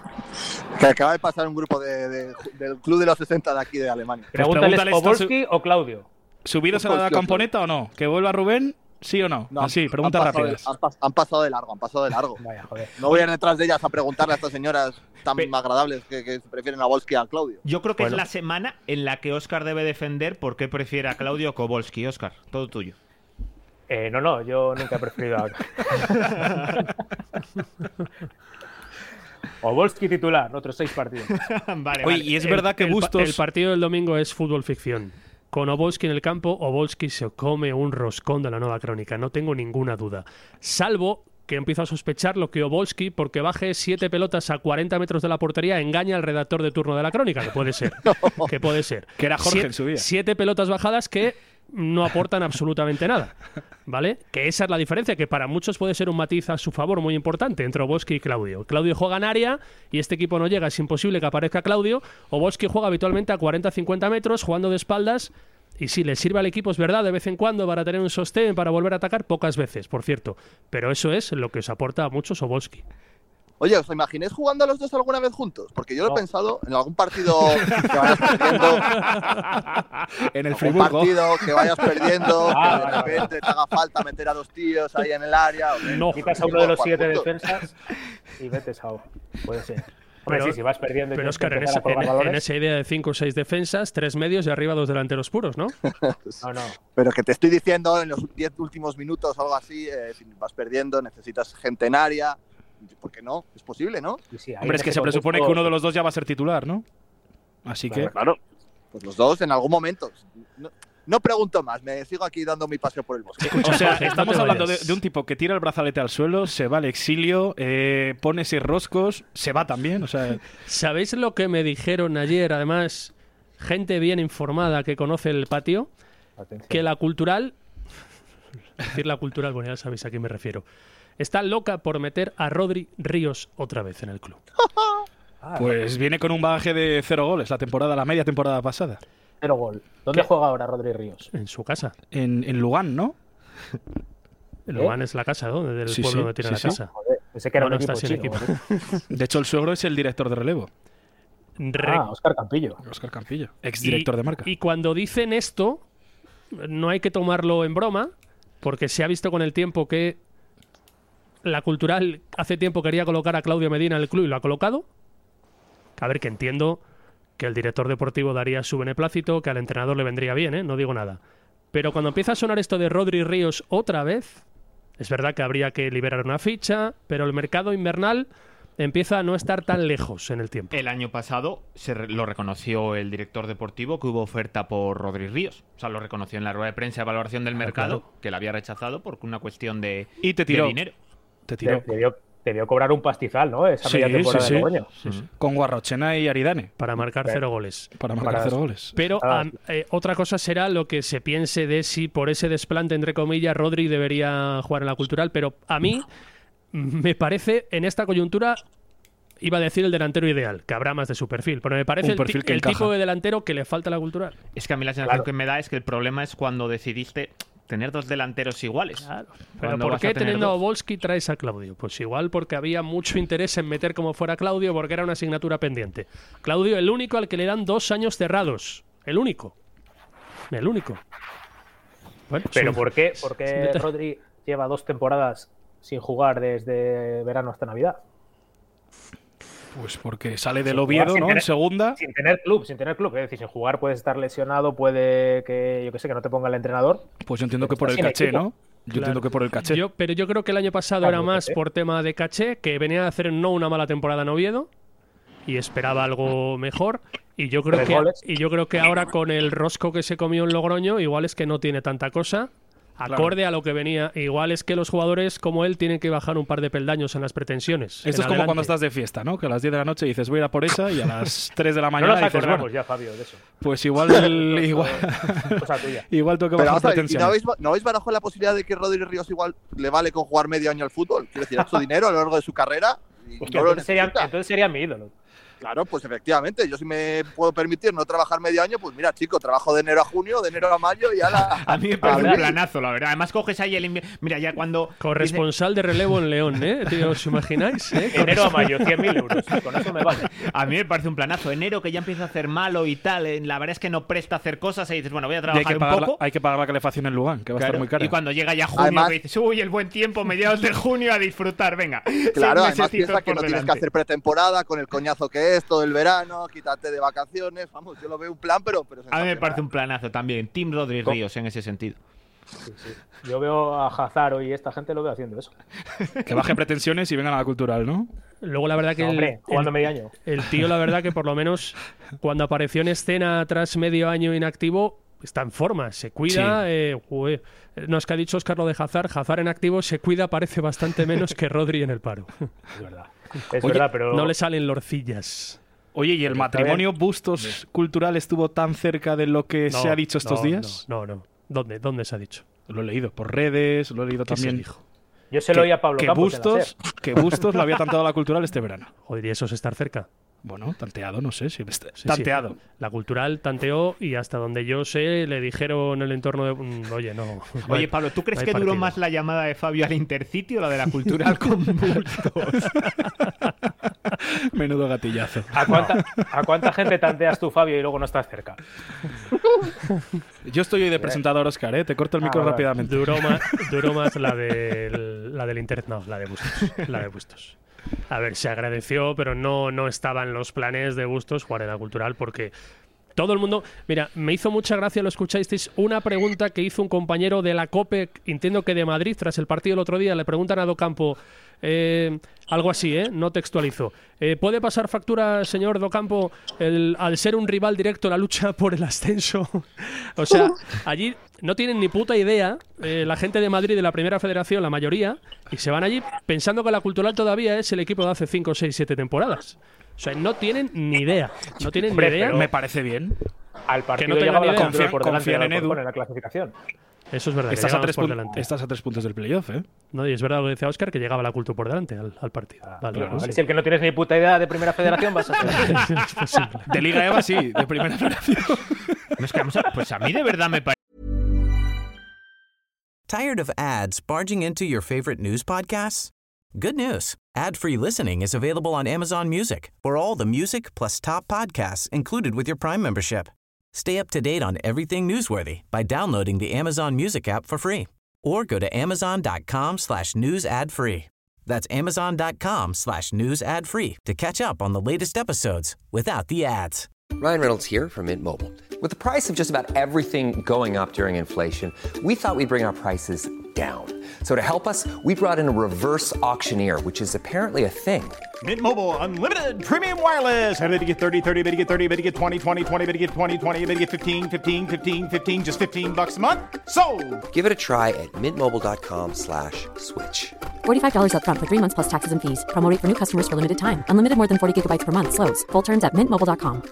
S9: Que acaba de pasar un grupo del Club de los 60 de aquí de Alemania.
S8: Pregúntale, ¿Obolski o Claudio?
S5: ¿Subidos a la camponeta o no? ¿Que vuelva Rubén? ¿Sí o no? Así, preguntas rápidas.
S9: Han pasado de largo.
S8: Vaya, joder.
S9: No voy a ir detrás de ellas a preguntarle a estas señoras tan agradables que prefieren a Volsky a Claudio.
S7: Yo creo que es la semana en la que Óscar debe defender por qué prefiere a Claudio o Volsky. Óscar, todo tuyo.
S8: No, yo nunca he preferido a... O Volsky titular, otros 6 partidos.
S7: Vale.
S5: Oye, y es verdad que Bustos...
S6: El partido del domingo es fútbol ficción. Con Obolski en el campo, Obolski se come un roscón de la Nueva Crónica, no tengo ninguna duda. Salvo que empiezo a sospechar lo que Obolski, porque baje 7 pelotas a 40 metros de la portería, engaña al redactor de turno de la Crónica, que puede ser. Que puede ser.
S5: Que era Jorge en su día.
S6: 7 pelotas bajadas que no aportan absolutamente nada, ¿vale? Que esa es la diferencia, que para muchos puede ser un matiz a su favor muy importante entre Obolski y Claudio. Claudio juega en área y este equipo no llega, es imposible que aparezca Claudio. Obolski juega habitualmente a 40-50 metros, jugando de espaldas, y sí, le sirve al equipo, es verdad, de vez en cuando para tener un sostén, para volver a atacar, pocas veces, por cierto. Pero eso es lo que os aporta a muchos Obolski.
S9: Oye, ¿os imagináis jugando a los dos alguna vez juntos? Porque yo lo he pensado en algún partido que vayas perdiendo.
S5: En el
S9: Friburgo. Un partido que vayas perdiendo, que de repente te haga falta meter a 2 tíos ahí en el área.
S8: No, quitas a uno de los 7 defensas y metes a uno. Puede ser. Hombre, sí, si vas perdiendo.
S6: Pero Óscar, en esa idea de 5 o 6 defensas, 3 medios y arriba 2 delanteros puros, ¿no?
S8: No.
S9: Pero que te estoy diciendo, en los 10 últimos minutos o algo así, si vas perdiendo, necesitas gente en área. ¿Por qué no? Es posible, ¿no?
S8: Sí,
S5: hombre, es que se presupone que uno de los dos ya va a ser titular, ¿no? Así que...
S9: Claro, pues los dos en algún momento. No pregunto más, me sigo aquí dando mi paseo por el bosque.
S5: O sea, estamos hablando de un tipo que tira el brazalete al suelo, se va al exilio, pone 6 roscos, se va también, o sea...
S6: ¿Sabéis lo que me dijeron ayer? Además, gente bien informada que conoce el patio,
S8: Atención.
S6: Que la Cultural... decir la Cultural, bueno, ya sabéis a quién me refiero. Está loca por meter a Rodri Ríos otra vez en el club.
S5: Pues viene con un bagaje de 0 goles la media temporada pasada.
S8: 0 gol. ¿Dónde juega ahora Rodri Ríos?
S6: En su casa.
S5: En Lugán, ¿no?
S6: Lugán es la casa, ¿no? Del pueblo donde tiene la casa.
S8: Joder, pensé que era un equipo chino.
S5: De hecho, el suegro es el director de relevo.
S8: Óscar Campillo.
S5: Óscar Campillo, exdirector de Marca.
S6: Y cuando dicen esto, no hay que tomarlo en broma, porque se ha visto con el tiempo que la Cultural hace tiempo quería colocar a Claudio Medina en el club y lo ha colocado. A ver, que entiendo que el director deportivo daría su beneplácito, que al entrenador le vendría bien, no digo nada. Pero cuando empieza a sonar esto de Rodri Ríos otra vez, es verdad que habría que liberar una ficha, pero el mercado invernal empieza a no estar tan lejos en el tiempo.
S7: El año pasado lo reconoció el director deportivo que hubo oferta por Rodri Ríos. O sea, lo reconoció en la rueda de prensa de valoración del mercado, claro, que la había rechazado por una cuestión de dinero.
S5: Te tiró.
S8: Debió cobrar un pastizal, ¿no? Esa media temporada de Logroño.
S5: Con Guarrochena y Aridane.
S6: Para marcar 0 goles.
S5: Para marcar 0 goles.
S6: Pero otra cosa será lo que se piense de si por ese desplante, entre comillas, Rodri debería jugar en la Cultural. Pero a mí me parece, en esta coyuntura, iba a decir el delantero ideal, que habrá más de su perfil. Pero me parece el tipo de delantero que le falta a la Cultural.
S7: Es que a mí la sensación que me da es que el problema es cuando decidiste tener 2 delanteros iguales.
S6: Claro. Pero ¿por qué teniendo a Obolski traes a Claudio? Pues igual porque había mucho interés en meter como fuera Claudio, porque era una asignatura pendiente. Claudio, el único al que le dan 2 años cerrados. El único. Bueno,
S8: pero ¿por qué Rodri lleva 2 temporadas sin jugar desde verano hasta Navidad?
S5: Pues porque sale del Oviedo, ¿no? En segunda.
S8: Sin tener club. Es decir, sin jugar puedes estar lesionado, puede que, que no te ponga el entrenador.
S5: Pues yo entiendo que por el caché, ¿no? Yo entiendo que por el caché.
S6: Pero yo creo que el año pasado era más por tema de caché, que venía a hacer no una mala temporada en Oviedo y esperaba algo mejor. Y yo creo que ahora con el rosco que se comió en Logroño, igual es que no tiene tanta cosa. Acorde a lo que venía. Igual es que los jugadores como él tienen que bajar un par de peldaños en las pretensiones.
S5: Esto es como cuando estás de fiesta, ¿no? Que a las 10 de la noche dices voy a ir a por esa y a las 3 de la mañana dices bueno,
S8: ya, Fabio, de eso.
S5: Pues igual toca bajar pretensiones.
S9: ¿No habéis barajado la posibilidad de que Rodri Ríos igual le vale con jugar medio año al fútbol? Quiero decir, es su dinero a lo largo de su carrera.
S8: Hostia, entonces sería mi ídolo.
S9: Claro, pues efectivamente, yo si me puedo permitir no trabajar medio año, pues mira, chico, trabajo de enero a junio, de enero a mayo y
S7: a mí me parece un planazo, la verdad. Además coges ahí el invierno. Mira, ya cuando...
S6: Corresponsal de relevo en León, ¿eh? Tío, ¿os imagináis?
S8: Enero a mayo, 100.000 euros. Con eso me vale.
S7: A mí me parece un planazo. Enero que ya empieza a hacer malo y tal. La verdad es que no presta a hacer cosas y dices, bueno, voy a trabajar un poco.
S5: Hay que pagar la calefacción en Lugán, que va a estar muy cara.
S7: Y cuando llega ya junio, además, que dices, uy, el buen tiempo, mediados de junio a disfrutar, venga.
S9: Claro, además piensa que no tienes que hacer pretemporada con el coñazo que es todo el verano. Quítate de vacaciones, vamos, yo lo veo un plan, pero
S7: a mí me parece un planazo también. Team Rodri Ríos en ese sentido.
S8: Sí. Yo veo a Hazard y esta gente lo veo haciendo eso.
S5: Que bajen pretensiones y vengan a la cultural, ¿no?
S6: Luego la verdad que
S8: jugando medio año.
S6: El tío, la verdad que por lo menos cuando apareció en escena tras medio año inactivo, está en forma, se cuida. Sí. No es que ha dicho Óscar lo de Hazard en activo se cuida, parece bastante menos que Rodri en el paro.
S8: Es verdad. Es verdad, pero
S6: no le salen lorcillas.
S5: Oye, ¿y el matrimonio Bustos cultural estuvo tan cerca de lo que se ha dicho estos días?
S6: No. ¿Dónde se ha dicho?
S5: Lo he leído por redes, lo he leído también.
S6: Se dijo?
S8: Yo se lo oí a Pablo Campos
S5: que Bustos lo había tanteado a la cultural este verano.
S6: Joder, ¿y eso es estar cerca?
S5: Bueno, tanteado, no sé si tanteado.
S6: Sí. La cultural tanteó y hasta donde yo sé le dijeron en el entorno de... Oye, no.
S7: Oye, Pablo, ¿tú crees que duró más la llamada de Fabio al Intercity o la de la cultural con Bustos?
S5: Menudo gatillazo.
S8: ¿A cuánta gente tanteas tú, Fabio, y luego no estás cerca?
S5: Yo estoy hoy de presentador, Óscar, ¿eh? Te corto el micro rápidamente.
S6: Duró más la del Inter... No, la de Bustos. La de Bustos. A ver, se agradeció, pero no estaba en los planes de Bustos jugar en la cultural porque todo el mundo... Mira, me hizo mucha gracia, lo escuchasteis, una pregunta que hizo un compañero de la COPE, entiendo que de Madrid, tras el partido el otro día, le preguntan a Docampo algo así, no textualizo. ¿Puede pasar factura, señor Docampo, al ser un rival directo la lucha por el ascenso? O sea, allí no tienen ni puta idea la gente de Madrid de la Primera Federación, la mayoría, y se van allí pensando que la cultural todavía es el equipo de hace 5, 6, 7 temporadas. O sea, no tienen ni idea. No tienen ni idea.
S5: Me parece bien.
S8: Al partido
S6: que no
S8: llegaba la
S6: cultural
S8: por delante en Edu en la clasificación.
S6: Eso es verdad.
S5: Estás a 3 puntos del playoff, ¿eh?
S6: No, y es verdad lo que decía Óscar, que llegaba la cultura por delante al partido.
S8: Claro. Si el que no tienes ni puta idea de Primera Federación vas a ser.
S5: De Liga EVA sí, de Primera Federación.
S7: Pues a mí de verdad me parece.
S4: Tired of ads barging into your favorite news podcasts? Good news. Ad-free listening is available on Amazon Music for all the music plus top podcasts included with your Prime membership. Stay up to date on everything newsworthy by downloading the Amazon Music app for free or go to amazon.com/news ad free. That's amazon.com/news ad free to catch up on the latest episodes without the ads.
S1: Ryan Reynolds here from Mint Mobile. With the price of just about everything going up during inflation, we thought we'd bring our prices down. So to help us, we brought in a reverse auctioneer, which is apparently a thing.
S2: Mint Mobile Unlimited Premium Wireless. How to get 30, 30, bit to get 30, bit to get 20, 20, 20, bit to get 20, 20, bit to get 15, 15, 15, 15, just $15 a month? Sold!
S1: Give it a try at mintmobile.com/switch.
S3: $45 up front for 3 months plus taxes and fees. Promo rate for new customers for limited time. Unlimited more than 40 gigabytes per month. Slows full terms at mintmobile.com.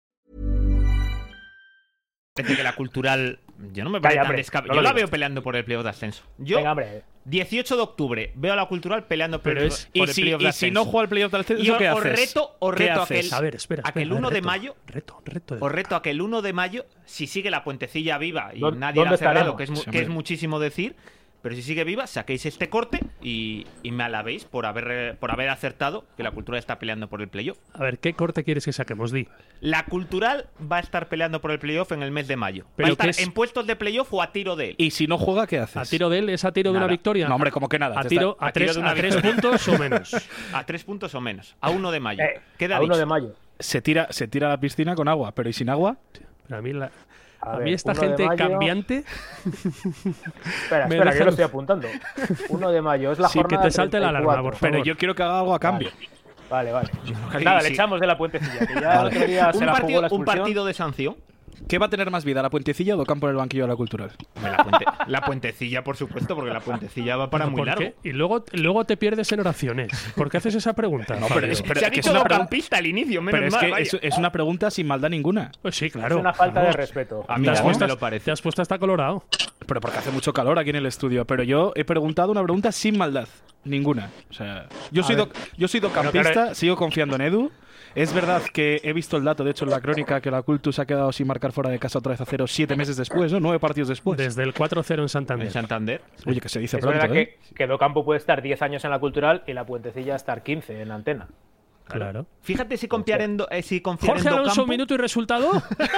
S7: Parece que la cultural... Yo no me parece tan descabellado. Yo la veo peleando por el playoff de ascenso. Yo, 18 de octubre, veo a la cultural peleando por el playoff de ascenso.
S5: Y si no juega el playoff de ascenso, ¿qué haces?
S7: Os reto a que el,
S6: a ver, espera,
S7: a que el 1 de mayo... Os reto a que el 1 de mayo, si sigue la puentecilla viva y nadie la ha cerrado, que es muchísimo decir... Pero si sigue viva, saquéis este corte y me alabéis por haber acertado que la cultural está peleando por el playoff.
S6: A ver, ¿qué corte quieres que saquemos? Di.
S7: La cultural va a estar peleando por el playoff en el mes de mayo. ¿Va a estar en puestos de playoff o a tiro de él?
S5: Y si no juega, ¿qué haces?
S6: ¿A tiro de él? ¿Es a tiro de una victoria?
S5: No, hombre, como que nada.
S6: A tres puntos o menos.
S7: A 3 puntos o menos. A 1 de mayo.
S8: A 1 de mayo.
S5: Se tira a la piscina con agua, pero ¿y sin agua?
S6: Pero a mí esta gente cambiante...
S8: Espera, que yo lo estoy apuntando. 1 de mayo es la jornada.
S6: Sí, que te salte la alarma, por favor.
S5: Pero yo quiero que haga algo a cambio.
S8: Vale. Nada, le echamos de la puentecilla. Que ya el otro día se la jugó la expulsión.
S7: Un partido de sanción.
S5: ¿Qué va a tener más vida, la puentecilla o Docampo en el banquillo de la cultural?
S7: La puentecilla, por supuesto, porque la puentecilla va para muy largo.
S6: Y luego te pierdes en oraciones. ¿Por qué haces esa pregunta?
S7: No, pero se ha dicho docampista al inicio, menos mal.
S5: Pero es una pregunta sin maldad ninguna.
S6: Pues sí, claro.
S8: Es una falta de respeto.
S7: A mí me lo parece.
S6: Te has puesto hasta colorado.
S5: Pero porque hace mucho calor aquí en el estudio. Pero yo he preguntado una pregunta sin maldad. Ninguna. O sea, yo soy docampista, sigo confiando en Edu. Es verdad que he visto el dato, de hecho, en la crónica, que la Cultus ha quedado sin marcar fuera de casa otra vez a 0 7 meses después, ¿no? 9 partidos después.
S6: Desde el 4-0 en Santander.
S7: En Santander.
S5: Oye, que se dice
S8: Es
S5: pronto,
S8: verdad
S5: ¿eh?
S8: que Docampo puede estar 10 años en la Cultural y la Puentecilla estar 15 en Antena.
S6: Claro.
S7: Fíjate si confiar en
S6: Jorge Alonso,
S7: Docampo.
S6: minuto y resultado.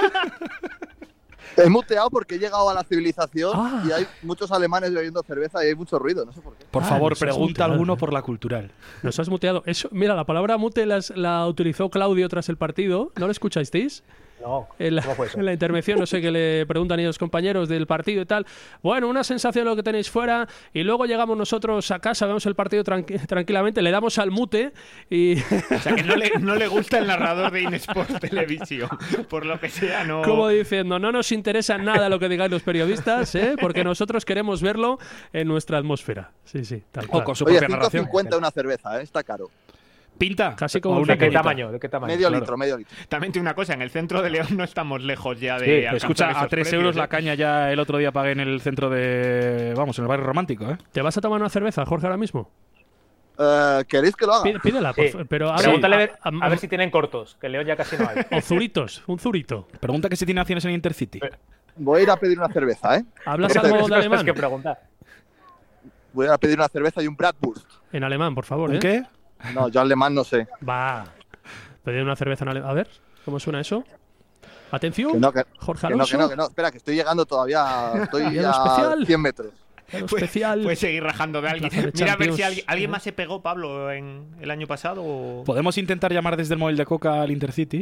S9: He muteado porque he llegado a la civilización y hay muchos alemanes bebiendo cerveza y hay mucho ruido, no sé por qué.
S5: Por favor,
S6: nos has
S5: pregunta
S6: muteado.
S5: alguno por la Cultural.
S6: Nos has muteado. Eso, mira, la palabra mute la utilizó Claudio tras el partido. ¿No lo escuchasteis?
S8: No,
S6: En
S8: ¿cómo fue eso?
S6: la intervención, no sé qué le preguntan ellos compañeros del partido y tal. Bueno, una sensación de lo que tenéis fuera y luego llegamos nosotros a casa, vemos el partido tranquilamente, le damos al mute y...
S7: O sea, que no le gusta el narrador de InSport Televisión. Por lo que sea, no...
S6: Como diciendo, no nos interesa nada lo que digáis los periodistas, porque nosotros queremos verlo en nuestra atmósfera. Sí, sí, tal cual.
S5: O con su
S9: Oye,
S5: propia narración.
S9: 5,50 una cerveza, está caro.
S5: Pinta.
S6: Casi como
S5: O
S6: un
S5: una
S8: ¿De qué
S5: cañita.
S8: tamaño? ¿De qué tamaño?
S9: Medio
S8: Claro.
S9: litro, medio litro.
S7: También te digo una cosa, en el centro de León no estamos lejos ya de
S8: Sí,
S7: alcanzar
S5: Escucha,
S7: esos
S5: a 3
S7: precios,
S5: euros la
S7: ¿eh?
S5: caña ya el otro día pagué en el centro de... Vamos, en el barrio romántico, ¿eh?
S6: ¿Te vas a tomar una cerveza, Jorge, ahora mismo?
S9: ¿Queréis que lo haga?
S6: Pídela,
S8: Sí.
S6: pero
S8: Pregúntale a ver si tienen cortos, que en León ya casi no hay.
S6: O zuritos, un zurito.
S5: Pregunta que si tiene acciones en Intercity.
S9: Voy a ir a pedir una cerveza, ¿eh?
S6: ¿Hablas
S9: Pero
S6: algo de
S8: Es
S6: alemán?
S8: que preguntar.
S9: Voy a ir a pedir una cerveza y un Bratwurst.
S6: En alemán, por favor,
S5: ¿Un qué?
S9: No, yo alemán no sé.
S6: Va. Pedir una cerveza en alemán. A ver, ¿cómo suena eso? Atención,
S9: Que no, que,
S6: Jorge
S9: que no,
S6: Alonso.
S9: que no, que no. Espera, que estoy llegando todavía. Estoy
S6: ¿Y algo
S9: a
S6: especial?
S9: 100 metros.
S6: Algo
S7: Puedes
S6: especial.
S7: seguir rajando de alguien.
S6: Plaza de
S7: Mira a ver
S6: Champions.
S7: si alguien más se pegó, Pablo, en el año pasado. O...
S5: ¿Podemos intentar llamar desde el móvil de Coca al Intercity?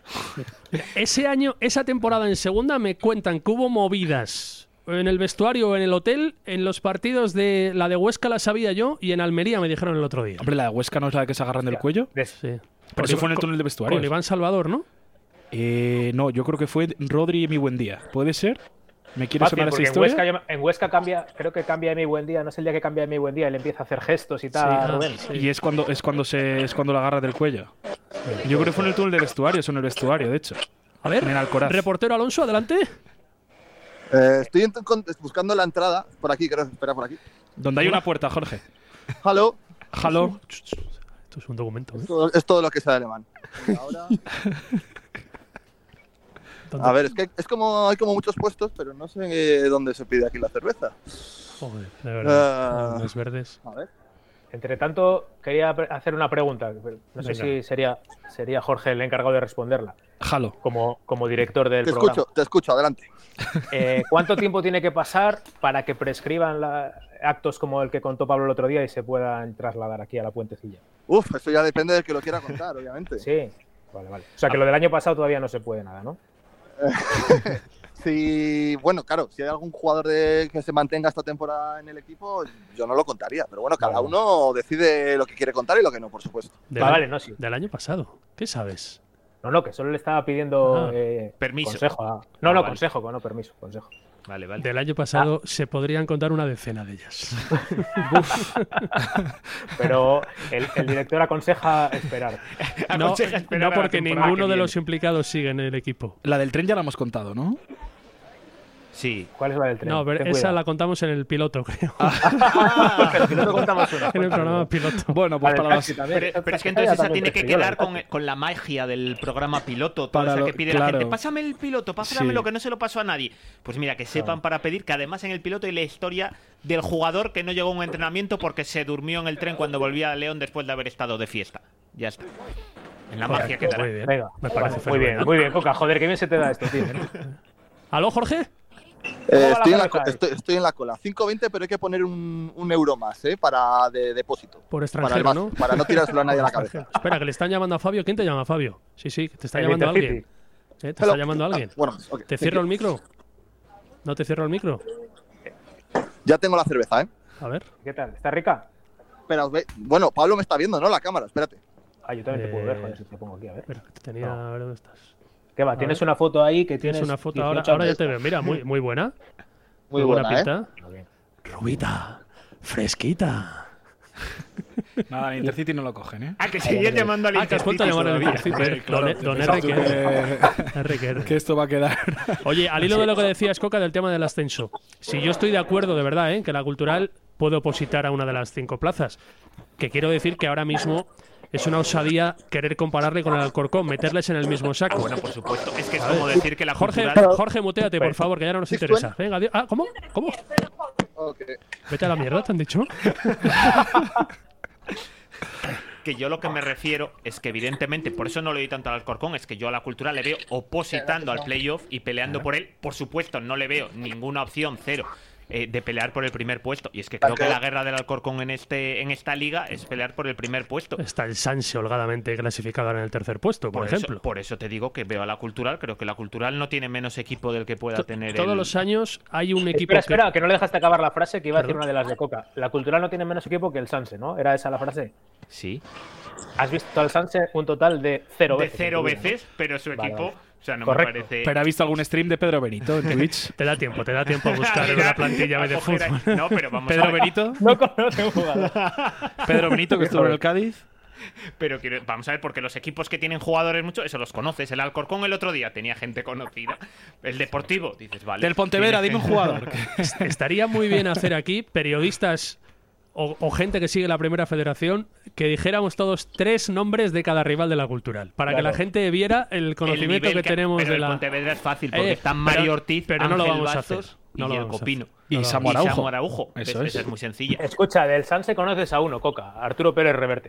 S6: Ese año, esa temporada en segunda, me cuentan que hubo movidas en el vestuario o en el hotel. En los partidos de la de Huesca la sabía yo y en Almería me dijeron el otro día.
S5: Hombre, la de Huesca no es la de que se agarran del cuello.
S6: Sí.
S5: Pero eso fue en el túnel de vestuarios.
S6: Con Iván Salvador, ¿no?
S5: No, yo creo que fue Rodri y Mi Buen Día. ¿Puede ser? ¿Me quiere
S8: Fácil,
S5: sonar esa
S8: porque
S5: historia?
S8: en Huesca cambia, creo que cambia de Mi Buen Día, no es el día que cambia de Mi Buen Día, él empieza a hacer gestos y tal, Rubén.
S5: Y es cuando la agarra del cuello. Yo creo que fue en el túnel de vestuarios o en el vestuario, de hecho.
S6: A ver,
S5: En el Alcoraz.
S6: reportero Alonso, adelante.
S9: Estoy buscando la entrada. Por aquí, creo. Espera, por aquí.
S5: Donde hay una puerta, Jorge.
S9: Hello.
S5: Hello.
S6: Esto es un documento.
S9: Es todo lo que sea alemán. Y ahora... A ver, es que hay como muchos puestos, pero no sé dónde se pide aquí la cerveza.
S6: Joder, de verdad. Los verdes.
S9: A ver.
S8: Entre tanto, quería hacer una pregunta. No sé
S6: Venga.
S8: si sería Jorge el encargado de responderla,
S5: Jalo.
S8: como director del
S9: Te
S8: programa.
S9: te escucho, adelante.
S8: ¿Cuánto tiempo tiene que pasar para que prescriban actos como el que contó Pablo el otro día y se puedan trasladar aquí a la Puentecilla?
S9: Uf, eso ya depende del que lo quiera contar, obviamente.
S8: Sí, vale. O sea, que lo del año pasado todavía no se puede nada, ¿no?
S9: Bueno, claro, si hay algún jugador que se mantenga esta temporada en el equipo, yo no lo contaría. Pero bueno, cada uno decide lo que quiere contar y lo que no, por supuesto.
S8: Vale, no, sí.
S6: Del año pasado. ¿Qué sabes?
S8: No, que solo le estaba pidiendo
S7: permiso.
S8: Consejo.
S7: Vale.
S8: Consejo, no permiso, consejo.
S7: Vale, vale.
S6: Del año pasado se podrían contar una decena de ellas.
S8: Pero el director aconseja esperar.
S6: No,
S7: Aconseja esperar
S6: no
S7: a la
S6: porque
S7: temporada
S6: ninguno
S7: que
S6: de
S7: viene.
S6: los implicados sigue en el equipo.
S5: La del tren ya la hemos contado, ¿no?
S7: Sí.
S8: ¿Cuál es la del tren?
S6: No, pero
S8: Ten
S6: esa
S8: cuidado.
S6: la contamos en el piloto, creo.
S8: Pero que no te contamos una.
S6: En el programa piloto.
S5: Bueno, pues
S8: Vale,
S5: para las...
S8: taxi también.
S7: Pero es que
S8: Esa
S7: entonces esa
S8: también
S7: tiene que
S8: prescribió,
S7: quedar
S8: la taxi.
S7: con la magia del programa piloto. Todo
S5: Para
S7: eso
S5: lo-
S7: que pide
S5: claro.
S7: la gente. Pásame el piloto, pásamelo,
S5: Sí.
S7: que no se lo paso a nadie. Pues mira, que sepan para pedir que además en el piloto hay la historia del jugador que no llegó a un entrenamiento porque se durmió en el tren cuando volvía a León después de haber estado de fiesta. Ya está. En la magia que dará.
S6: Muy bien.
S8: Venga,
S6: Me parece
S8: muy bien, Coca. Joder, qué bien se te da esto, tío.
S6: ¿Aló, Jorge?
S9: Estoy en la cola. 5,20, pero hay que poner un euro más, para de depósito.
S6: Por
S9: Para,
S6: extranjero, ¿no?
S9: para no tirárselo a nadie a la cabeza.
S6: Espera, que le están llamando a Fabio. ¿Quién te llama, Fabio? Sí, que te está
S8: El
S6: llamando
S8: Intercity.
S6: alguien. ¿Te está llamando alguien?
S9: Bueno, ok.
S6: ¿Te cierro el micro? ¿No te cierro el micro?
S9: Ya tengo la cerveza, ¿eh?
S6: A ver.
S8: ¿Qué tal? ¿Está rica?
S9: Espera, bueno, Pablo me está viendo, ¿no? La cámara, espérate.
S8: Yo también te puedo ver, joder, si te pongo aquí, a ver.
S6: Espera, que te tenía... A ver dónde estás.
S8: ¿Qué va? ¿Tienes una foto ahí que
S6: Tienes
S8: tienes
S6: una foto
S8: 18
S6: ahora ya
S8: años?
S6: te veo. Mira, muy buena.
S9: Muy buena,
S6: pinta.
S8: Muy bien.
S6: Rubita, fresquita.
S5: Nada, el Intercity no lo cogen, ¿eh?
S7: Que seguías llamando al
S6: que has vuelto a llamar al Intercity. Don R.
S5: Que esto va a quedar.
S6: Oye, al hilo de lo que decías, Coca, del tema del ascenso. Si yo estoy de acuerdo, de verdad, que la Cultural puede opositar a una de las 5 plazas. Que quiero decir que ahora mismo es una osadía querer compararle con el Alcorcón, meterles en el mismo saco.
S7: Bueno, por supuesto. Es que es como decir que la Cultural...
S6: Jorge, muteate, por favor, que ya no nos interesa. Venga, adiós. ¿Cómo?
S9: Okay.
S6: Vete a la mierda, ¿te han dicho?
S7: Que yo lo que me refiero es que evidentemente, por eso no le doy tanto al Alcorcón, es que yo a la Cultural le veo opositando al playoff y peleando por él. Por supuesto, no le veo ninguna opción, cero, de pelear por el primer puesto. Y es que creo que la guerra del Alcorcón en esta liga es pelear por el primer puesto.
S6: Está el Sanse holgadamente clasificado en el tercer puesto, por ejemplo.
S7: Por eso te digo que veo a la Cultural. Creo que la Cultural no tiene menos equipo del que pueda tener
S6: todos los años hay un equipo
S8: Espera, que no le dejaste acabar la frase, que iba a decir una de las de Coca. La Cultural no tiene menos equipo que el Sanse, ¿no? ¿Era esa la frase?
S7: Sí.
S8: ¿Has visto al Sanse un total de 0 veces?
S7: De 0 veces, pero su equipo... O sea, no
S8: Correcto.
S7: me parece...
S5: ¿Pero ha visto algún stream de Pedro Benito en Twitch?
S6: Te da tiempo a buscar en una plantilla de fútbol.
S7: No, pero vamos
S5: ¿Pedro Benito?
S8: No conoce un jugador.
S5: ¿Pedro Benito, que estuvo en el Cádiz?
S7: Pero vamos a ver, porque los equipos que tienen jugadores mucho, eso los conoces. El Alcorcón el otro día tenía gente conocida. El Deportivo, dices, vale.
S5: Del Pontevedra, dime un jugador.
S6: Estaría muy bien hacer aquí periodistas o gente que sigue la Primera Federación que dijéramos todos 3 nombres de cada rival de la Cultural, para que la gente viera el conocimiento que tenemos
S7: pero
S6: de la...
S7: el Pontevedra es fácil, porque están Mario Ortiz,
S6: pero
S7: Ángel
S6: no lo vamos
S7: Bastos
S6: a hacer.
S7: y el Copino.
S5: Y Samu Araujo.
S7: Eso es muy sencilla.
S8: Escucha, del Sanse conoces a uno, Coca, Arturo Pérez Reverte.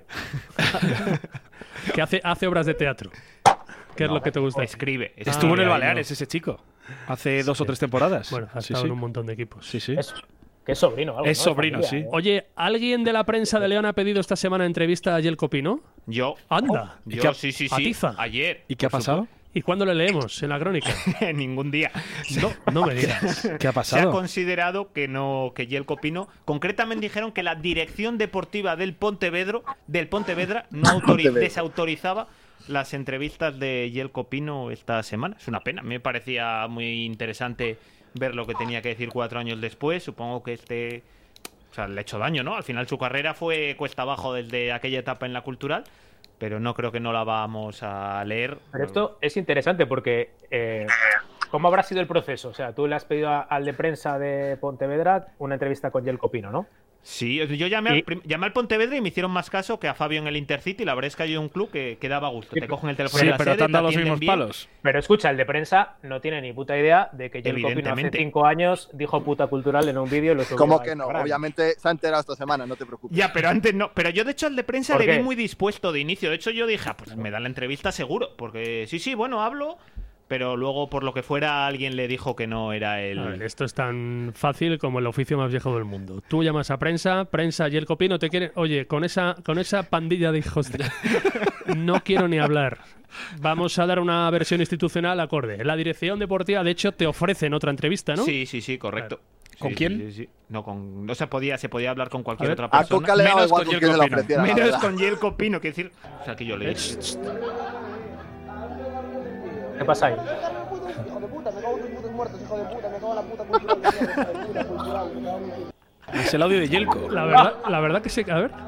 S6: Que hace obras de teatro. ¿Qué es lo que te gusta?
S7: Escribe.
S5: Estuvo en el Baleares ese chico. Hace 2 o 3 temporadas.
S6: Bueno, ha estado en un montón de equipos.
S5: Sí.
S8: Que es sobrino.
S5: Es sobrino, sí.
S6: Oye, ¿alguien de la prensa de León ha pedido esta semana entrevista a Yelko Pino?
S7: Yo.
S6: Anda.
S7: Yo, sí.
S6: Atiza.
S7: Ayer.
S5: ¿Y qué ha pasado?
S6: ¿Y cuándo le leemos en la crónica?
S7: Ningún día.
S6: No me digas.
S5: ¿Qué ha pasado?
S7: Se ha considerado que Yelko Pino, concretamente dijeron que la dirección deportiva del Pontevedra no desautorizaba las entrevistas de Yelko Pino esta semana. Es una pena. Me parecía muy interesante ver lo que tenía que decir 4 años después. Supongo que le ha hecho daño, ¿no? Al final su carrera fue cuesta abajo desde aquella etapa en la Cultural, pero no creo que no la vamos a leer.
S8: Pero esto es interesante porque ¿cómo habrá sido el proceso? O sea, tú le has pedido al de prensa de Pontevedra una entrevista con Yelko Pino, ¿no?
S7: Sí, yo llamé al Pontevedra y me hicieron más caso que a Fabio en el Intercity. La verdad es que hay un club que daba gusto. Te cogen el teléfono de la
S5: pero
S7: sede,
S5: te han dado los
S7: atienden
S5: mismos
S7: bien.
S5: palos.
S8: Pero escucha, el de prensa no tiene ni puta idea de que Yelko Pino hace 5 años dijo puta cultural en un vídeo y lo subió.
S9: ¿Cómo que no? Obviamente se ha enterado esta semana, no te preocupes.
S7: Ya, pero antes no. Pero yo, de hecho, al de prensa le
S8: qué?
S7: vi muy dispuesto de inicio. De hecho, yo dije, pues me da la entrevista seguro. Porque sí, bueno, hablo. Pero luego, por lo que fuera, alguien le dijo que no era el...
S6: A ver, esto es tan fácil como el oficio más viejo del mundo. Tú llamas a prensa, Yelko Pino te quiere... Oye, con esa pandilla de hijos de... No quiero ni hablar. Vamos a dar una versión institucional acorde. La dirección deportiva, de hecho, te ofrecen otra entrevista, ¿no?
S7: Sí, correcto.
S6: Claro.
S5: ¿Con quién?
S7: Sí. No, se podía hablar con cualquier otra
S9: A
S7: persona.
S9: Coca le daba
S7: menos
S9: igual
S7: con
S9: con quién se
S7: Yelko
S9: lo ofreciera,
S7: Pino.
S9: la
S7: Menos
S9: verdad.
S7: con Yelko Pino, quiero decir... O sea, que yo le dije...
S8: ¿Qué pasa ahí?
S5: Es el audio de Yelko.
S6: La verdad que sí. A ver.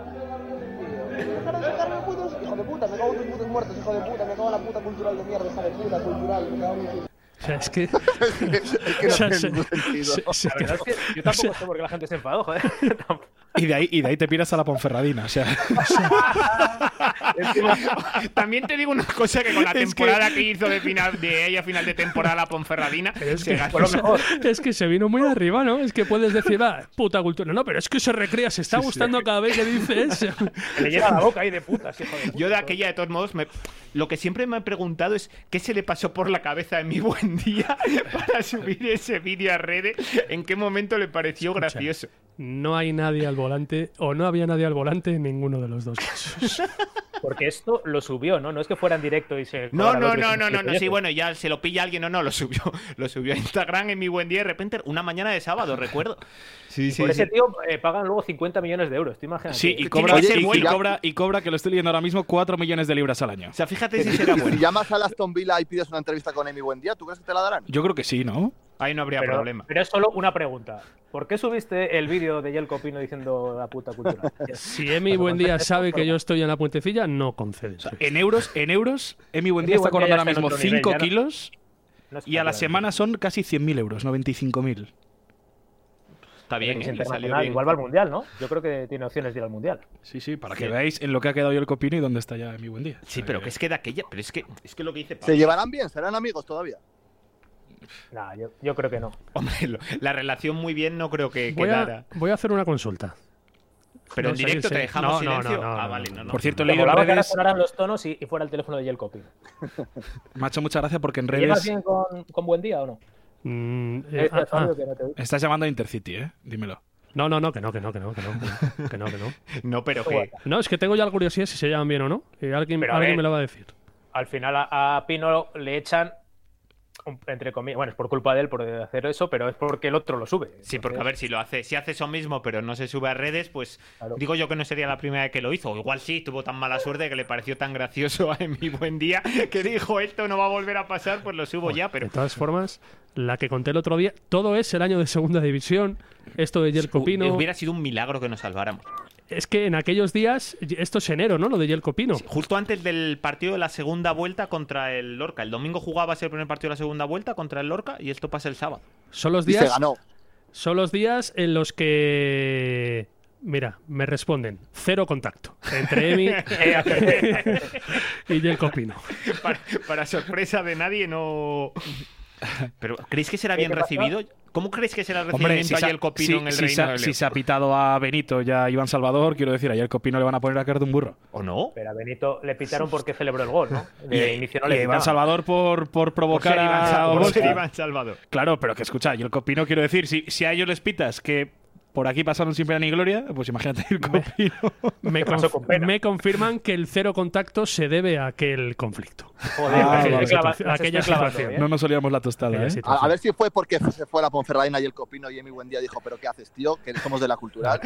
S6: O sea, es que...
S9: Es que no tiene ningún sentido.
S8: La verdad es que yo tampoco sé por qué la gente se enfadó, joder.
S5: Y de ahí te piras a la Ponferradina. O sea,
S7: También te digo una cosa, que con la temporada que hizo de final de temporada la Ponferradina, se gastó mejor.
S6: Es que se vino muy arriba, ¿no? Es que puedes decir, puta cultura. No, pero es que se recrea, se está gustando cada vez que dice eso.
S8: Le llega la boca ahí de putas, hijo de puta.
S7: Yo de aquella, de todos modos, lo que siempre me he preguntado es qué se le pasó por la cabeza en Mi Buen Día para subir ese vídeo a redes. ¿En qué momento le pareció gracioso?
S6: No hay nadie al volante, o no había nadie al volante en ninguno de los dos casos.
S8: Porque esto lo subió, ¿no? No es que fuera en directo y se...
S7: No. Sí, bueno, ya se lo pilla alguien o no, lo subió a Instagram en Mi Buen Día de repente, una mañana de sábado, recuerdo. Sí,
S8: Por ese tío pagan luego 50 millones de euros, ¿te imaginas?
S5: sí, y cobra, que lo estoy leyendo ahora mismo, 4 millones de libras al año.
S7: O sea, fíjate si será bueno.
S9: Si llamas a Aston Villa y pides una entrevista con Emi Buendía, ¿tú crees que te la darán?
S5: Yo creo que sí, ¿no?
S7: Ahí no habría problema.
S8: Pero es solo una pregunta. ¿Por qué subiste el vídeo de Jelko Pino diciendo la puta cultura?
S6: Si Emi Buendía sabe que yo estoy en la puentecilla, no concede.
S5: O sea, en euros, Emi Buendía está cobrando ahora mismo 5 kilos y a la semana son casi 100.000 euros, 95.000.
S7: Está bien,
S8: salió bien. Igual va al Mundial, ¿no? Yo creo que tiene opciones de ir al Mundial.
S5: Sí, para que veáis en lo que ha quedado Jelko Pino y dónde está ya Emi Buendía.
S7: Sí, pero que es que de aquella... Pero es que lo que dice Pablo...
S9: ¿Se llevarán bien? ¿Serán amigos todavía?
S8: Nah, yo creo que no.
S7: Hombre, la relación muy bien no creo que quedara.
S6: Voy a hacer una consulta.
S7: Pero en directo te dejamos silencio. Vale, no.
S5: Por cierto,
S8: leí en redes... que ahora
S5: sonarán
S8: los tonos y fuera el teléfono de Jelko Pino.
S5: Me ha hecho mucha gracia porque en redes...
S8: ¿Llevas bien con Buendía o no?
S5: Estás llamando a Intercity, dímelo.
S6: No, que no.
S7: No, pero que...
S6: No, es que tengo ya la curiosidad si se llaman bien o no. Y alguien me lo va a decir.
S8: Al final a Pino le echan... entre comillas, bueno, es por culpa de él por hacer eso, pero es porque el otro lo sube. Entonces...
S7: Sí, porque a ver, si hace eso mismo, pero no se sube a redes, pues claro. Digo yo que no sería la primera vez que lo hizo. O igual sí, tuvo tan mala suerte que le pareció tan gracioso a Mi Buendía que dijo, esto no va a volver a pasar, pues lo subo ya, pero...
S6: De todas formas, la que conté el otro día, todo es el año de segunda división, esto de Jelko Pino...
S7: Hubiera sido un milagro que nos salváramos.
S6: Es que en aquellos días, esto es enero, ¿no? Lo de Jelko Pino.
S7: Sí, justo antes del partido de la segunda vuelta contra el Lorca. El domingo jugabas el primer partido de la segunda vuelta contra el Lorca y esto pasa el sábado.
S6: Son los días,
S9: y se ganó.
S6: Son los días en los que... Mira, me responden, 0 contacto entre Emi y Jelko Pino.
S7: Para sorpresa de nadie, no... Pero ¿creéis que será bien recibido? ¿Cómo crees que será el recibimiento a Jelko Pino en el Reino de León?
S5: Si se ha pitado a Benito y a Iván Salvador, quiero decir, a Jelko Pino le van a poner a caer de un burro.
S7: ¿O no?
S8: Pero a Benito le pitaron porque celebró el gol, ¿no? De inicio no le
S5: Iván Salvador por provocar
S7: por ser Iván Salvador.
S5: Claro, pero que escucha, Jelko Pino, quiero decir, si a ellos les pitas que por aquí pasaron sin pena ni gloria, pues imagínate Jelko Pino.
S6: Me confirman que el 0 contacto se debe a aquel conflicto.
S8: Joder,
S6: aquella situación.
S5: No nos olvidamos la tostada, ¿eh?
S9: A ver si fue porque se fue a la Ponferradina y el Copino y Emi Buendía dijo, pero ¿qué haces, tío? Que somos de la cultural.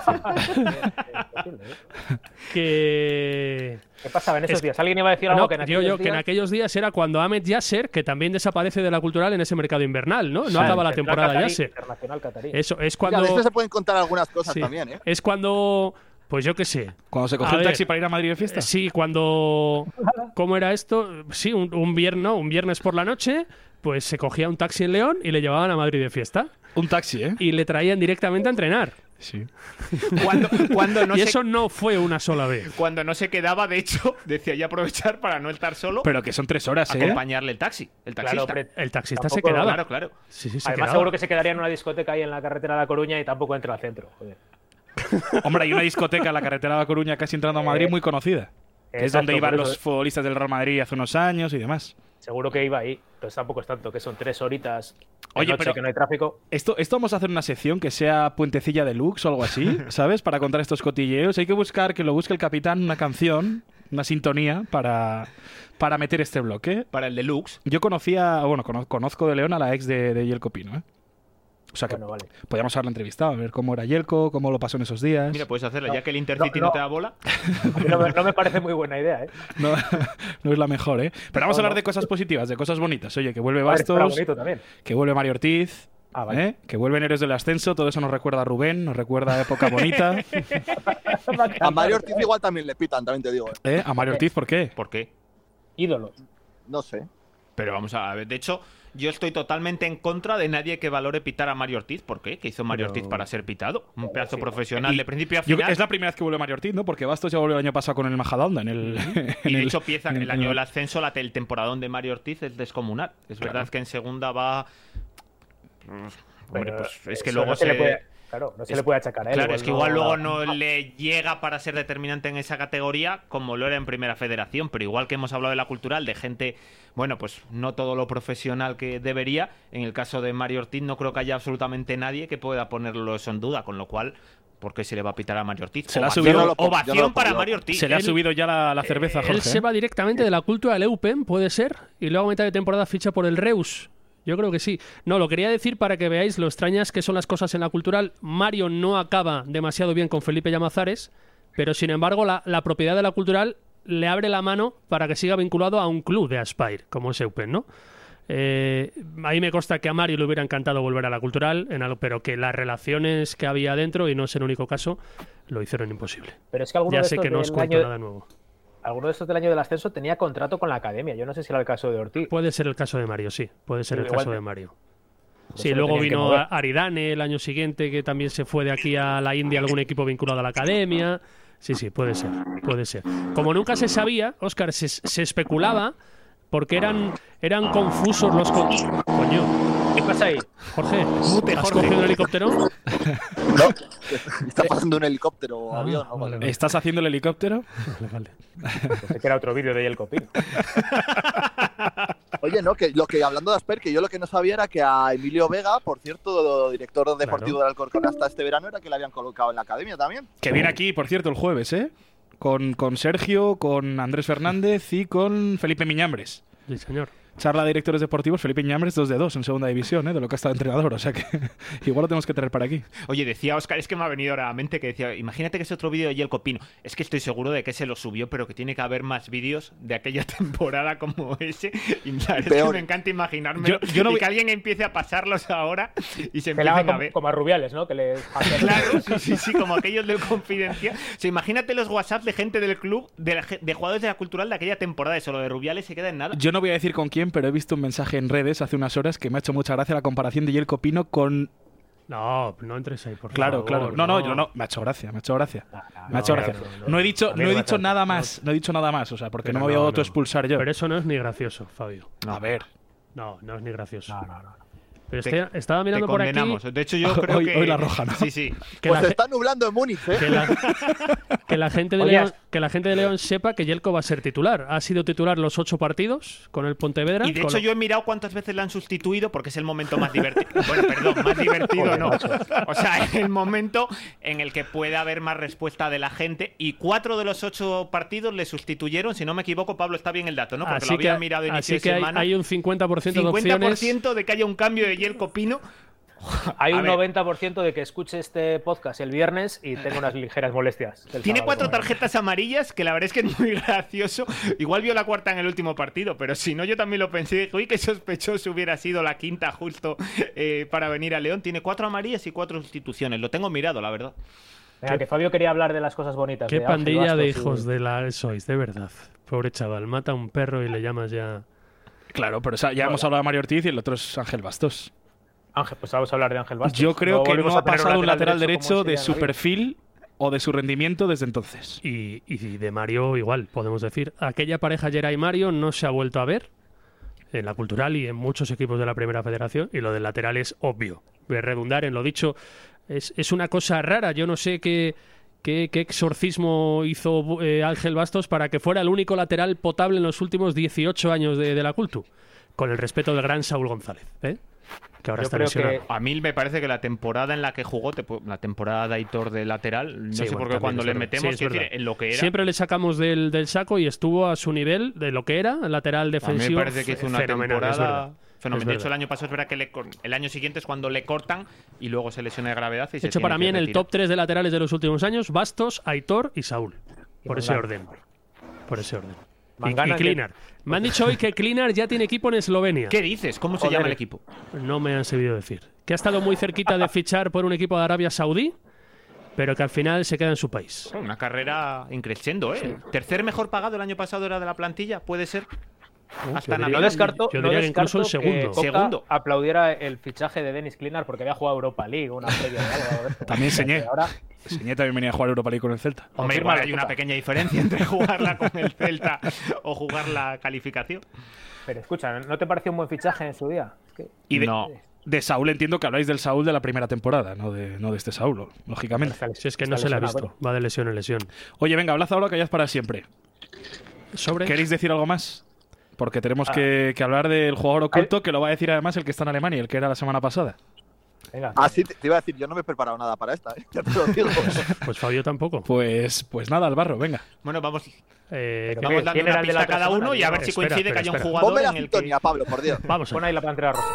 S6: ¿Qué
S8: pasaba en esos días? ¿Alguien iba a decir algo que en aquellos días?
S6: Que en aquellos días era cuando Ahmed Yasser, que también desaparece de la cultural en ese mercado invernal, ¿no? No acaba la temporada Yasser. Eso es cuando...
S9: Mira, de esto se pueden contar algunas cosas también, ¿eh?
S6: Es cuando... Pues yo qué sé.
S5: ¿Cuando se cogió el taxi para ir a Madrid de fiesta?
S6: Sí, cuando... ¿Cómo era esto? Sí, un viernes por la noche, pues se cogía un taxi en León y le llevaban a Madrid de fiesta.
S5: Un taxi, ¿eh?
S6: Y le traían directamente a entrenar.
S5: Sí.
S7: Cuando no
S6: y eso no fue una sola vez.
S7: Cuando no se quedaba, de hecho, decía ya aprovechar para no estar solo.
S5: Pero que son 3 horas, ¿eh?
S7: Acompañarle el taxi. El taxista.
S6: Claro, el taxista se quedaba.
S7: Claro.
S6: Sí, se
S8: Además,
S6: quedaba.
S8: seguro que se quedaría en una discoteca ahí en la carretera de La Coruña y tampoco entra al centro. Joder.
S5: Hombre, hay una discoteca en la carretera de La Coruña casi entrando a Madrid muy conocida. Que es donde iban los futbolistas del Real Madrid hace unos años y demás.
S8: Seguro que iba ahí. Entonces tampoco es tanto, que son 3 horitas.
S5: Oye,
S8: noche,
S5: pero
S8: que no hay tráfico.
S5: Esto vamos a hacer una sección que sea Puentecilla Deluxe o algo así, ¿sabes? Para contar estos cotilleos. Hay que buscar, que lo busque el capitán, una canción, una sintonía para meter este bloque.
S7: Para el Deluxe.
S5: Yo conozco de León a la ex de Jelko Pino, ¿eh? O sea que podríamos haberla entrevistado, a ver cómo era Jelko, cómo lo pasó en esos días.
S7: Mira, puedes hacerlo, ya que el Intercity no te da bola.
S8: No me parece muy buena idea, ¿eh?
S5: No es la mejor, ¿eh? Pero vamos a hablar de cosas positivas, de cosas bonitas. Oye, que vuelve Bastos, que vuelve Mario Ortiz, que vuelven Héroes del Ascenso. Todo eso nos recuerda a Rubén, nos recuerda a época bonita.
S9: A Mario Ortiz igual también le pitan, también te digo.
S5: ¿A Mario Ortiz por qué?
S7: ¿Por qué?
S8: Ídolos.
S9: No sé.
S7: Pero vamos a ver, de hecho, yo estoy totalmente en contra de nadie que valore pitar a Mario Ortiz. ¿Por qué? ¿Qué hizo Mario Ortiz para ser pitado? Un pedazo profesional de principio a final.
S5: Es la primera vez que vuelve Mario Ortiz, ¿no? Porque Bastos ya volvió el año pasado con el Majadahonda.
S7: Y de hecho empieza el año del ascenso, el temporadón de Mario Ortiz es descomunal. Es verdad que en segunda va... Hombre, pues es que luego
S8: no se le puede achacar a él.
S7: Claro, es que igual luego no le llega para ser determinante en esa categoría como lo era en Primera Federación, pero igual que hemos hablado de la cultural, de gente, bueno, pues no todo lo profesional que debería, en el caso de Mario Ortiz no creo que haya absolutamente nadie que pueda ponerlo eso en duda, con lo cual, ¿por qué se le va a pitar a Mario Ortiz? Ovación para Mario Ortiz.
S5: Se le ha subido ya la cerveza, Jorge.
S6: Él se va directamente de la cultura al Eupen, puede ser, y luego a mitad de temporada ficha por el Reus. Yo creo que sí. No, lo quería decir para que veáis lo extrañas que son las cosas en la cultural. Mario no acaba demasiado bien con Felipe Llamazares, pero sin embargo la propiedad de la cultural le abre la mano para que siga vinculado a un club de Aspire, como es Eupen, ¿no? Ahí me consta que a Mario le hubiera encantado volver a la Cultural, pero que las relaciones que había dentro, y no es el único caso, lo hicieron imposible.
S8: Pero es que
S6: ya sé que no os cuento nada nuevo.
S8: Alguno de estos del año del ascenso tenía contrato con la academia. Yo no sé si era el caso de Ortiz.
S6: Puede ser el caso de Mario, sí. Puede ser el caso de Mario. Sí,
S8: lo
S6: luego vino Aridane el año siguiente, que también se fue de aquí a la India, algún equipo vinculado a la academia. Sí, puede ser, puede ser. Como nunca se sabía, Óscar, se especulaba, porque eran confusos los... Coño.
S8: ¿Qué pasa ahí?
S6: Jorge, ¿has cogido un helicóptero?
S9: No, está pasando un helicóptero o avión.
S5: Vale. ¿Estás haciendo el helicóptero?
S6: Vale.
S8: Pensé que era otro vídeo de Yelko Pino.
S9: Oye, no, que hablando de Asper, que yo lo que no sabía era que a Emilio Vega, por cierto, director deportivo del Alcorcón hasta este verano, era que le habían colocado en la academia también.
S5: Que viene aquí, por cierto, el jueves, ¿eh? Con Sergio, con Andrés Fernández y con Felipe Miñambres.
S6: Sí, señor.
S5: Charla de directores deportivos, Felipe Miñambres 2 de 2 en segunda división, de lo que ha estado entrenador, o sea que igual lo tenemos que traer para aquí.
S7: Oye, decía Óscar, es que me ha venido ahora a la mente que decía, imagínate que es otro vídeo de Yelko Pino. Es que estoy seguro de que se lo subió, pero que tiene que haber más vídeos de aquella temporada como ese. Y la verdad es que me encanta imaginármelo.
S5: Yo no
S7: y que alguien empiece a pasararlos ahora y se empiecen a ver.
S8: Como a Rubiales, ¿no? Que les...
S7: Claro, sí, como aquellos del Confidencia. O sea, imagínate los WhatsApp de gente del club, de jugadores de la Cultural de aquella temporada. Eso, lo de Rubiales se queda en nada.
S5: Yo no voy a decir con quién, pero he visto un mensaje en redes hace unas horas que me ha hecho mucha gracia la comparación de Yelko Pino con...
S6: No entres ahí, por
S5: favor. Claro. No, me ha hecho gracia. No he dicho nada más, o sea, porque no me había autoexpulsar yo.
S6: Pero eso no es ni gracioso, Fabio.
S5: A ver.
S6: No es ni gracioso.
S8: No.
S6: Pero estaba mirando por aquí.
S7: De hecho, yo creo que...
S5: Hoy la roja, ¿no?
S7: Sí.
S9: Pues se está nublando en Múnich, ¿eh?
S6: Que la gente de León sepa que Yelko va a ser titular. Ha sido titular los 8 partidos con el Pontevedra.
S7: Y de hecho yo he mirado cuántas veces la han sustituido porque es el momento más divertido. Bueno, perdón, más divertido no. O sea, es el momento en el que puede haber más respuesta de la gente. Y 4 de los 8 partidos le sustituyeron. Si no me equivoco, Pablo, está bien el dato, ¿no? Porque lo había mirado de inicio de semana.
S6: Hay un 50% de opciones.
S7: 50% de que haya un cambio de Yelko Pino.
S8: Hay un 90% de que escuche este podcast el viernes y tenga unas ligeras molestias.
S7: Tiene 4 tarjetas amarillas, que la verdad es que es muy gracioso. Igual vio la cuarta en el último partido, pero si no, yo también lo pensé. Dije, uy, qué sospechoso hubiera sido la quinta justo para venir a León. Tiene 4 amarillas y 4 sustituciones. Lo tengo mirado, la verdad.
S8: Venga, que Fabio quería hablar de las cosas bonitas.
S6: Qué pandilla de hijos de la sois, de verdad. Pobre chaval, mata a un perro y le llamas ya...
S5: Claro, pero ya hemos hablado de Mario Ortiz y el otro es Ángel Bastos.
S8: Pues vamos a hablar de Ángel Bastos.
S5: Yo creo que no ha pasado un lateral derecho de su perfil o de su rendimiento desde entonces.
S6: Y de Mario igual, podemos decir. Aquella pareja Geray Mario no se ha vuelto a ver en la Cultural y en muchos equipos de la Primera Federación, y lo del lateral es obvio. Voy a redundar en lo dicho. Es una cosa rara. Yo no sé qué exorcismo hizo Ángel Bastos para que fuera el único lateral potable en los últimos 18 años de la Cultu. Con el respeto del gran Saúl González, que ahora está lesionado.
S7: A mí me parece que la temporada en la que jugó, la temporada de Aitor de lateral, no sé por qué cuando le metemos, en lo que era.
S6: Siempre le sacamos del saco y estuvo a su nivel de lo que era, el lateral defensivo.
S7: A mí me parece que hizo una temporada fenomenal. De hecho, el año pasado es verdad que el año siguiente es cuando le cortan y luego se lesiona de gravedad. Y
S6: de hecho, para mí en el top 3 de laterales de los últimos años, Bastos, Aitor y Saúl. Por ese orden. Y Klinar. Me han dicho hoy que Klinar ya tiene equipo en Eslovenia.
S7: ¿Qué dices? ¿Cómo se llama el equipo?
S6: No me han sabido decir. Que ha estado muy cerquita de fichar por un equipo de Arabia Saudí, pero que al final se queda en su país.
S7: Una carrera increciendo, ¿eh? Sí. Tercer mejor pagado el año pasado era de la plantilla, ¿puede ser?
S8: Hasta no descarto,
S6: yo diría que incluso el
S8: segundo. Aplaudiera el fichaje de Dennis Klinar porque había jugado Europa League, una previa de algo.
S5: También Señé. Señé también venía a jugar Europa League con el Celta.
S7: Hombre, igual hay una pequeña diferencia entre jugarla con el Celta o jugar la calificación.
S8: Pero escucha, ¿no te pareció un buen fichaje en su día?
S5: Y de Saúl entiendo que habláis del Saúl de la primera temporada, no de este Saúl, lógicamente.
S6: Si es que no se la ha visto, va de lesión en lesión.
S5: Oye, venga, hablad ahora, callad para siempre. ¿Queréis decir algo más? Porque tenemos que hablar del jugador oculto, que lo va a decir además el que está en Alemania, el que era la semana pasada.
S9: Venga. Sí, te iba a decir, yo no me he preparado nada para esta, ya te lo digo.
S6: Pues Fabio tampoco.
S5: Pues nada, Albarro, venga.
S7: Bueno, vamos dando una pista a cada uno y a ver si coincide que haya un jugador
S9: Ponme la
S7: en el
S9: sintonía, Pablo, por Dios.
S6: Vamos,
S8: pon ahí la pantera rosa.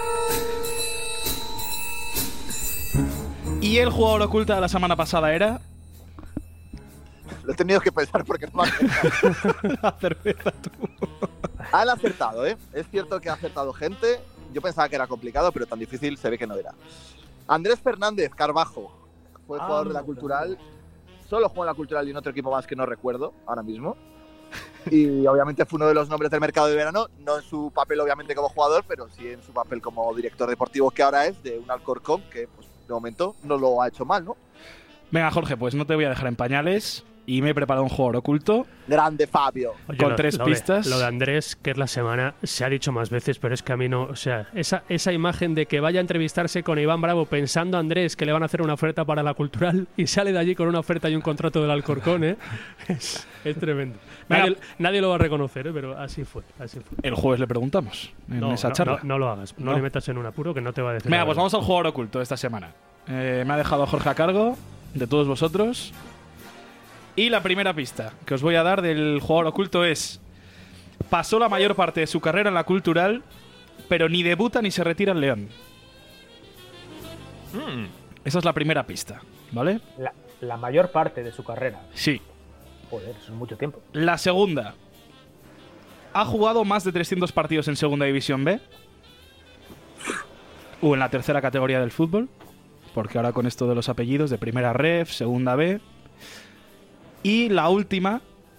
S5: ¿Y el jugador oculto de la semana pasada era?
S9: Lo he tenido que pensar porque no me ha
S5: la cerveza, tú.
S9: Han acertado, ¿eh? Es cierto que ha acertado gente. Yo pensaba que era complicado, pero tan difícil se ve que no era. Andrés Fernández Carbajo fue jugador de la Cultural. Solo jugó en la Cultural y en otro equipo más que no recuerdo ahora mismo. Y obviamente fue uno de los nombres del mercado de verano, no en su papel obviamente como jugador, pero sí en su papel como director deportivo que ahora es de un Alcorcón que pues, de momento no lo ha hecho mal, ¿no?
S5: Venga, Jorge, pues no te voy a dejar en pañales y me he preparado un jugador oculto.
S9: Grande Fabio.
S6: Oye,
S5: con 3 pistas.
S6: Lo de Andrés, que es la semana, se ha dicho más veces, pero es que a mí no. O sea, esa imagen de que vaya a entrevistarse con Iván Bravo pensando a Andrés que le van a hacer una oferta para la Cultural y sale de allí con una oferta y un contrato del Alcorcón, ¿eh? Es tremendo. Nadie lo va a reconocer, ¿eh? Pero así fue.
S5: El jueves le preguntamos en esa charla.
S6: No lo hagas. No le metas en un apuro que no te va a decir.
S5: Venga, pues vamos al jugador oculto de esta semana. Me ha dejado Jorge a cargo de todos vosotros. Y la primera pista que os voy a dar del jugador oculto es: pasó la mayor parte de su carrera en la Cultural, pero ni debuta ni se retira en León. Esa es la primera pista, ¿vale?
S8: La mayor parte de su carrera.
S5: Sí.
S8: Joder, eso es mucho tiempo.
S5: La segunda: ha jugado más de 300 partidos en Segunda División B o en la tercera categoría del fútbol, porque ahora con esto de los apellidos de Primera Ref, Segunda B. Y la última: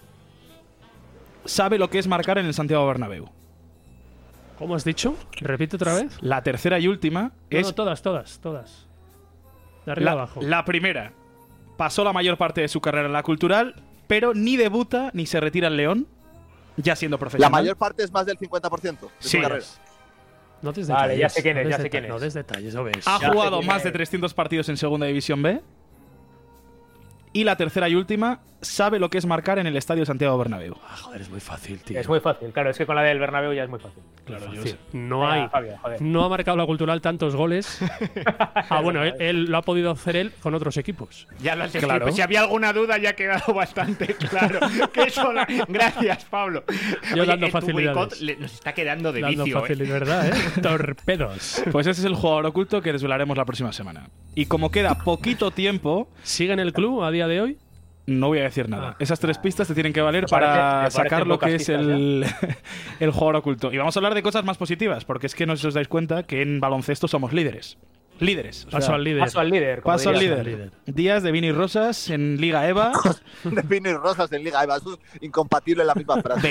S5: sabe lo que es marcar en el Santiago Bernabéu.
S6: ¿Cómo has dicho? Repite otra vez.
S5: La tercera y última es...
S6: No, todas. De arriba abajo.
S5: La primera: pasó la mayor parte de su carrera en la Cultural, pero ni debuta ni se retira en León, ya siendo profesional.
S9: La mayor parte es más del 50% de su carrera.
S6: No des detalles.
S8: Vale, ya sé quién es.
S6: No des detalles, ¿lo ves?
S5: Ha jugado más de 300 partidos en Segunda División B. Y la tercera y última: sabe lo que es marcar en el Estadio Santiago Bernabéu.
S6: Joder, es muy fácil, tío.
S8: Es muy fácil, claro, es que con la del Bernabéu ya es muy fácil.
S5: Claro, yo
S6: sé. No ha marcado la Cultural tantos goles. Bueno, él lo ha podido hacer él con otros equipos.
S7: Ya lo sé,
S5: claro.
S7: Pues si había alguna duda ya ha quedado bastante claro. Gracias, Pablo.
S6: Yo dando facilidades.
S7: Nos está quedando de
S6: dando
S7: vicio,
S6: facilidad, ¿verdad? Torpedos.
S5: Pues ese es el jugador oculto que desvelaremos la próxima semana. Y como queda poquito tiempo...
S6: ¿Sigue en el club a día de hoy?
S5: No voy a decir nada. Esas 3 pistas te tienen que valer para sacar lo que es el jugador oculto. Y vamos a hablar de cosas más positivas, porque es que no os dais cuenta que en baloncesto somos líderes.
S6: Paso al líder.
S5: Paso al líder. Días de Vini Rosas en Liga EVA.
S9: De Vini Rosas en Liga EVA. Eso es incompatible en la misma frase.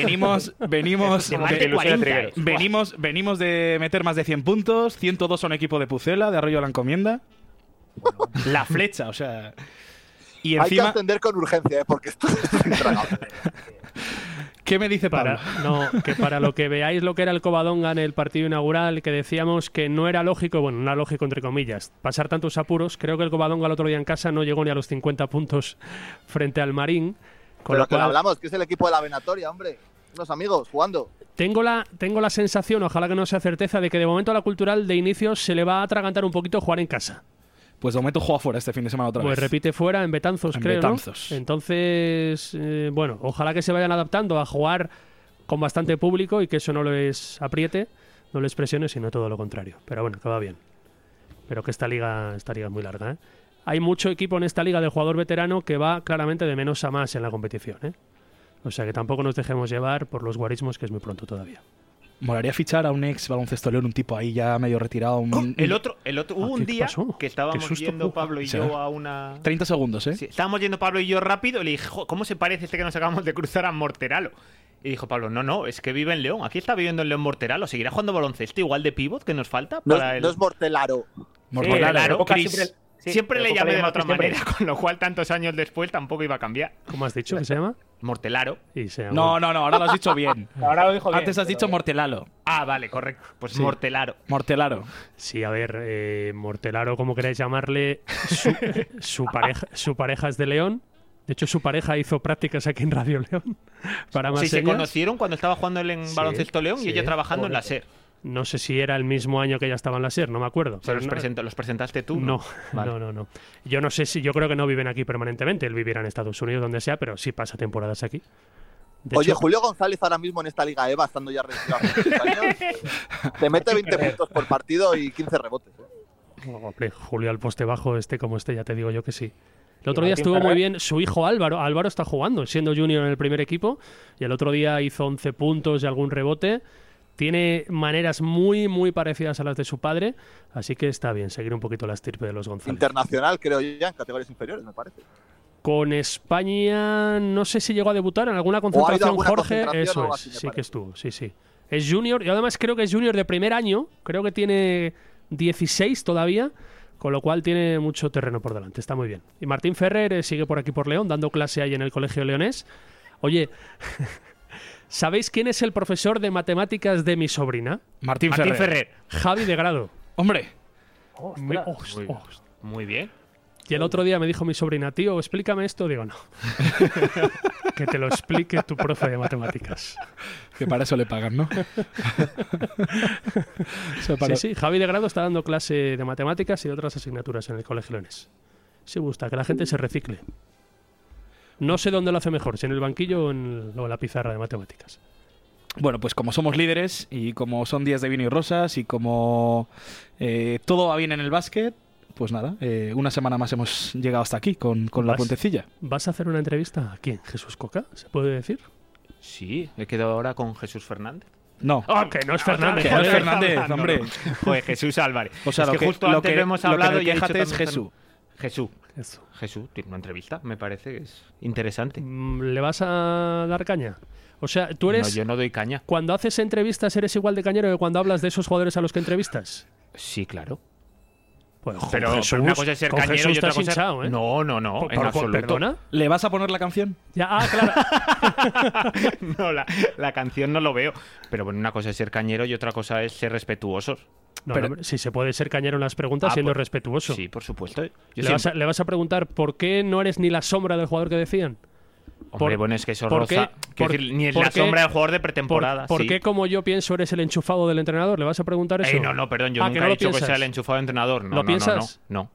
S5: Venimos de meter más de 100 puntos. 102 son equipo de Pucela, de Arroyo de la Encomienda. La flecha, o sea... Y encima...
S9: Hay que atender con urgencia, porque esto es intragable.
S5: ¿Qué me dice Pablo?
S6: Que para lo que veáis lo que era el Covadonga en el partido inaugural, que decíamos que no era lógico, bueno, no era lógico entre comillas, pasar tantos apuros. Creo que el Covadonga el otro día en casa no llegó ni a los 50 puntos frente al Marín.
S9: Pero lo que hablamos, que es el equipo de la Venatoria, hombre. Unos amigos jugando.
S6: Tengo la sensación, ojalá que no sea certeza, de que de momento a la Cultural de inicio se le va a atragantar un poquito jugar en casa.
S5: Pues de momento juega fuera este fin de semana otra vez.
S6: Pues repite fuera en Betanzos, creo,
S5: Betanzos.
S6: ¿no? Entonces, bueno, ojalá que se vayan adaptando a jugar con bastante público y que eso no les apriete, no les presione, sino todo lo contrario. Pero bueno, que va bien. Pero que esta liga es muy larga, ¿eh? Hay mucho equipo en esta liga del jugador veterano que va claramente de menos a más en la competición, ¿eh? O sea que tampoco nos dejemos llevar por los guarismos, que es muy pronto todavía.
S5: Molaría fichar a un ex baloncesto león, un tipo ahí ya medio retirado.
S7: El otro hubo un día que estábamos yendo Pablo y yo a una...
S5: 30 segundos, ¿eh?
S7: Sí, estábamos yendo Pablo y yo rápido y le dije, ¿cómo se parece este que nos acabamos de cruzar a Morteralo? Y dijo Pablo, no, es que vive en León. Aquí está viviendo en León Morteralo. ¿Seguirá jugando baloncesto igual de pívot que nos falta?
S9: No es Mortelaro.
S7: Mortelaro, Chris. Siempre le llamé de otra manera, con lo cual tantos años después tampoco iba a cambiar.
S6: ¿Cómo has dicho que se llama?
S7: Mortelaro.
S5: No, ahora lo has dicho bien.
S8: Ahora lo dijo bien.
S5: Antes has dicho Mortelalo.
S7: Ah, vale, correcto. Pues sí. Mortelaro.
S6: Sí, a ver, Mortelaro, como queráis llamarle, su pareja es de León. De hecho, su pareja hizo prácticas aquí en Radio León. Para más
S7: se conocieron cuando estaba jugando él en Baloncesto León y ella trabajando en la SER.
S6: No sé si era el mismo año que ella estaba en la SER, no me acuerdo.
S7: Pero los presentaste tú,
S6: ¿no? No. Yo no sé yo creo que no viven aquí permanentemente. Él vivirá en Estados Unidos, donde sea, pero sí pasa temporadas aquí.
S9: Oye, Julio González ahora mismo en esta Liga EVA, estando ya retirado hace 6 años, te mete 20 puntos por partido y 15 rebotes.
S6: Hombre, Julio al poste bajo, como ya te digo yo que sí. El otro día estuvo muy bien su hijo Álvaro. Álvaro está jugando, siendo junior en el primer equipo, y el otro día hizo 11 puntos y algún rebote. Tiene maneras muy, muy parecidas a las de su padre, así que está bien seguir un poquito la estirpe de los González.
S9: Internacional, creo ya, en categorías inferiores, me parece.
S6: Con España, no sé si llegó a debutar en alguna concentración, Jorge. Eso es, sí que estuvo, sí. Es junior, y además creo que es junior de primer año, creo que tiene 16 todavía, con lo cual tiene mucho terreno por delante, está muy bien. Y Martín Ferrer sigue por aquí por León, dando clase ahí en el Colegio Leonés. Oye... ¿Sabéis quién es el profesor de matemáticas de mi sobrina?
S5: Martín Ferrer.
S6: Javi de Grado.
S5: ¡Hombre!
S7: Muy bien.
S6: Y el otro día me dijo mi sobrina, tío, explícame esto. Digo, no. Que te lo explique tu profe de matemáticas.
S5: Que para eso le pagan, ¿no?
S6: Sí, Javi de Grado está dando clase de matemáticas y de otras asignaturas en el Colegio Leonés. Sí gusta, que la gente se recicle. No sé dónde lo hace mejor, si en el banquillo o en la pizarra de matemáticas.
S5: Bueno, pues como somos líderes y como son días de vino y rosas y como todo va bien en el básquet, pues nada, una semana más hemos llegado hasta aquí con la puentecilla.
S6: ¿Vas a hacer una entrevista a quién? ¿Jesús Coca? ¿Se puede decir?
S7: Sí, he quedado ahora con Jesús Fernández.
S5: No.
S6: Oh, que no es Fernández.
S5: Que no es Fernández, hombre.
S7: Pues Jesús Álvarez.
S5: O sea,
S7: es que justo antes lo hemos hablado y
S5: quéjate es Jesús.
S7: Jesús, tiene una entrevista, me parece que es interesante.
S6: ¿Le vas a dar caña? O sea, tú eres...
S7: No, yo no doy caña.
S6: Cuando haces entrevistas, ¿eres igual de cañero que cuando hablas de esos jugadores a los que entrevistas?
S7: Sí, claro.
S6: Pues,
S7: pero
S6: Jesús,
S7: una cosa es ser cañero y otra cosa...
S6: hinchado, ¿eh?
S7: No, en absoluto.
S6: ¿Perdona?
S5: ¿Le vas a poner la canción?
S6: Ya, claro.
S7: No, la canción no lo veo. Pero bueno, una cosa es ser cañero y otra cosa es ser respetuosos.
S6: No, pero si se puede ser cañero en las preguntas siendo respetuoso.
S7: Sí, por supuesto.
S6: ¿Le vas a preguntar por qué no eres ni la sombra del jugador que decían?
S7: Hombre, bueno, es que eso roza. Ni es la sombra del jugador de pretemporada.
S6: ¿Por qué, como yo pienso, eres el enchufado del entrenador? ¿Le vas a preguntar eso?
S7: No, perdón, yo nunca he dicho que sea el enchufado del entrenador.
S6: ¿Lo piensas?
S7: No.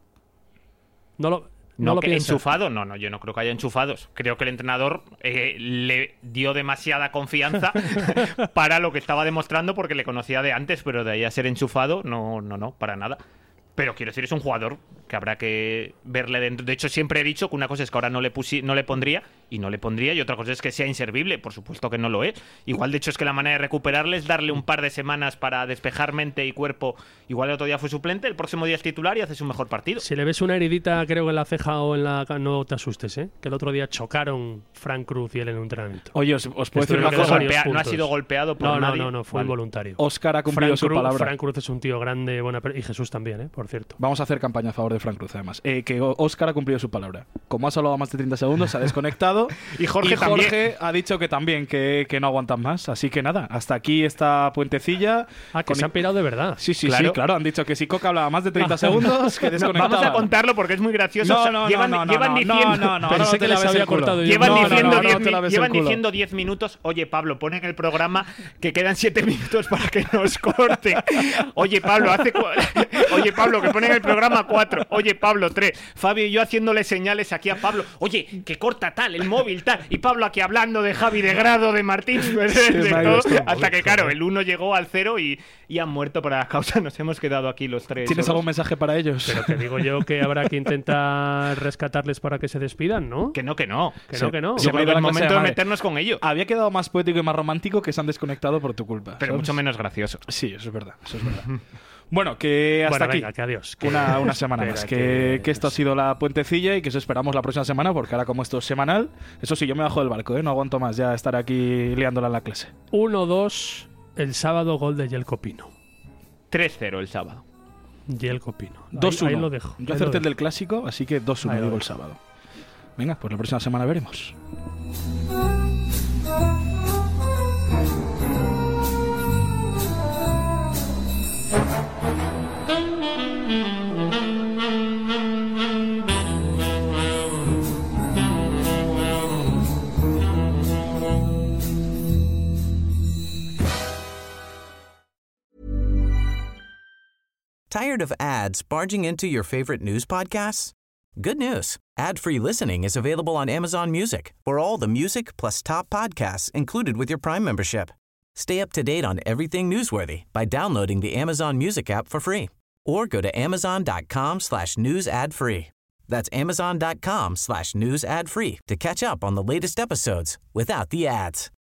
S6: No lo piensas.
S7: ¿Enchufado? No, yo no creo que haya enchufados. Creo que el entrenador le dio demasiada confianza para lo que estaba demostrando porque le conocía de antes, pero de ahí a ser enchufado, no, para nada. Pero quiero decir, es un jugador que habrá que verle dentro. De hecho, siempre he dicho que una cosa es que ahora no le pondría, y otra cosa es que sea inservible. Por supuesto que no lo es. Igual, de hecho, es que la manera de recuperarle es darle un par de semanas para despejar mente y cuerpo. Igual el otro día fue suplente, el próximo día es titular y haces un mejor partido.
S6: Si le ves una heridita, creo que en la ceja o en la... No te asustes, ¿eh? Que el otro día chocaron Frank Cruz y él en un entrenamiento.
S5: Oye, os puedo decir una cosa.
S7: No ha sido golpeado por nadie.
S6: No, fue involuntario.
S5: Óscar ha cumplido su palabra.
S6: Frank Cruz es un tío grande, y Jesús también, ¿eh? Por cierto.
S5: Vamos a hacer campaña a favor de Frank Cruz, además. Que Óscar ha cumplido su palabra. Como ha hablado más de 30 segundos, se ha desconectado.
S7: Y Jorge
S5: ha dicho que también, que no aguantan más. Así que nada, hasta aquí esta puentecilla.
S6: Que se han pirado de verdad.
S5: Sí, claro. Han dicho que si Coca hablaba más de 30 segundos, que desconectaba.
S7: Vamos a contarlo porque es muy gracioso. Llevan diciendo...
S6: Pensé que les había cortado.
S7: Llevan diciendo 10 minutos. Oye, Pablo, pon en el programa que quedan 7 minutos para que nos corte. Oye, Pablo, que pone en el programa 4. Oye, Pablo, 3. Fabio y yo haciéndole señales aquí a Pablo. Oye, que corta tal, el móvil tal. Y Pablo aquí hablando de Javi de Grado, de Martín, de todo. Hasta que, claro, el 1 llegó al 0 y han muerto por la causa. Nos hemos quedado aquí los 3.
S5: ¿Tienes algún mensaje para ellos?
S6: Pero te digo yo que habrá que intentar rescatarles para que se despidan, ¿no?
S7: Que no.
S6: Que no.
S7: Yo creo que es el momento de meternos con ellos.
S5: Había quedado más poético y más romántico que se han desconectado por tu culpa.
S7: Pero
S5: ¿sabes?
S7: mucho menos gracioso.
S5: Sí, eso es verdad. Bueno, que hasta aquí.
S6: Venga, que adiós.
S5: Una semana más. Que esto ha sido la puentecilla y que eso esperamos la próxima semana, porque ahora como esto es semanal, eso sí, yo me bajo del barco, no aguanto más ya estar aquí liándola en la clase.
S6: 1-2 el sábado, gol de Yelko Pino.
S7: 3-0 el sábado.
S6: Yelko Pino.
S5: 2-1.
S6: Ahí lo dejo.
S5: Yo acerté el del clásico, así que 2-1 digo el sábado. Venga, pues la próxima semana veremos.
S4: Tired of ads barging into your favorite news podcasts? Good news. Ad-free listening is available on Amazon Music for all the music plus top podcasts included with your Prime membership. Stay up to date on everything newsworthy by downloading the Amazon Music app for free or go to amazon.com/news ad free. That's amazon.com/news ad free to catch up on the latest episodes without the ads.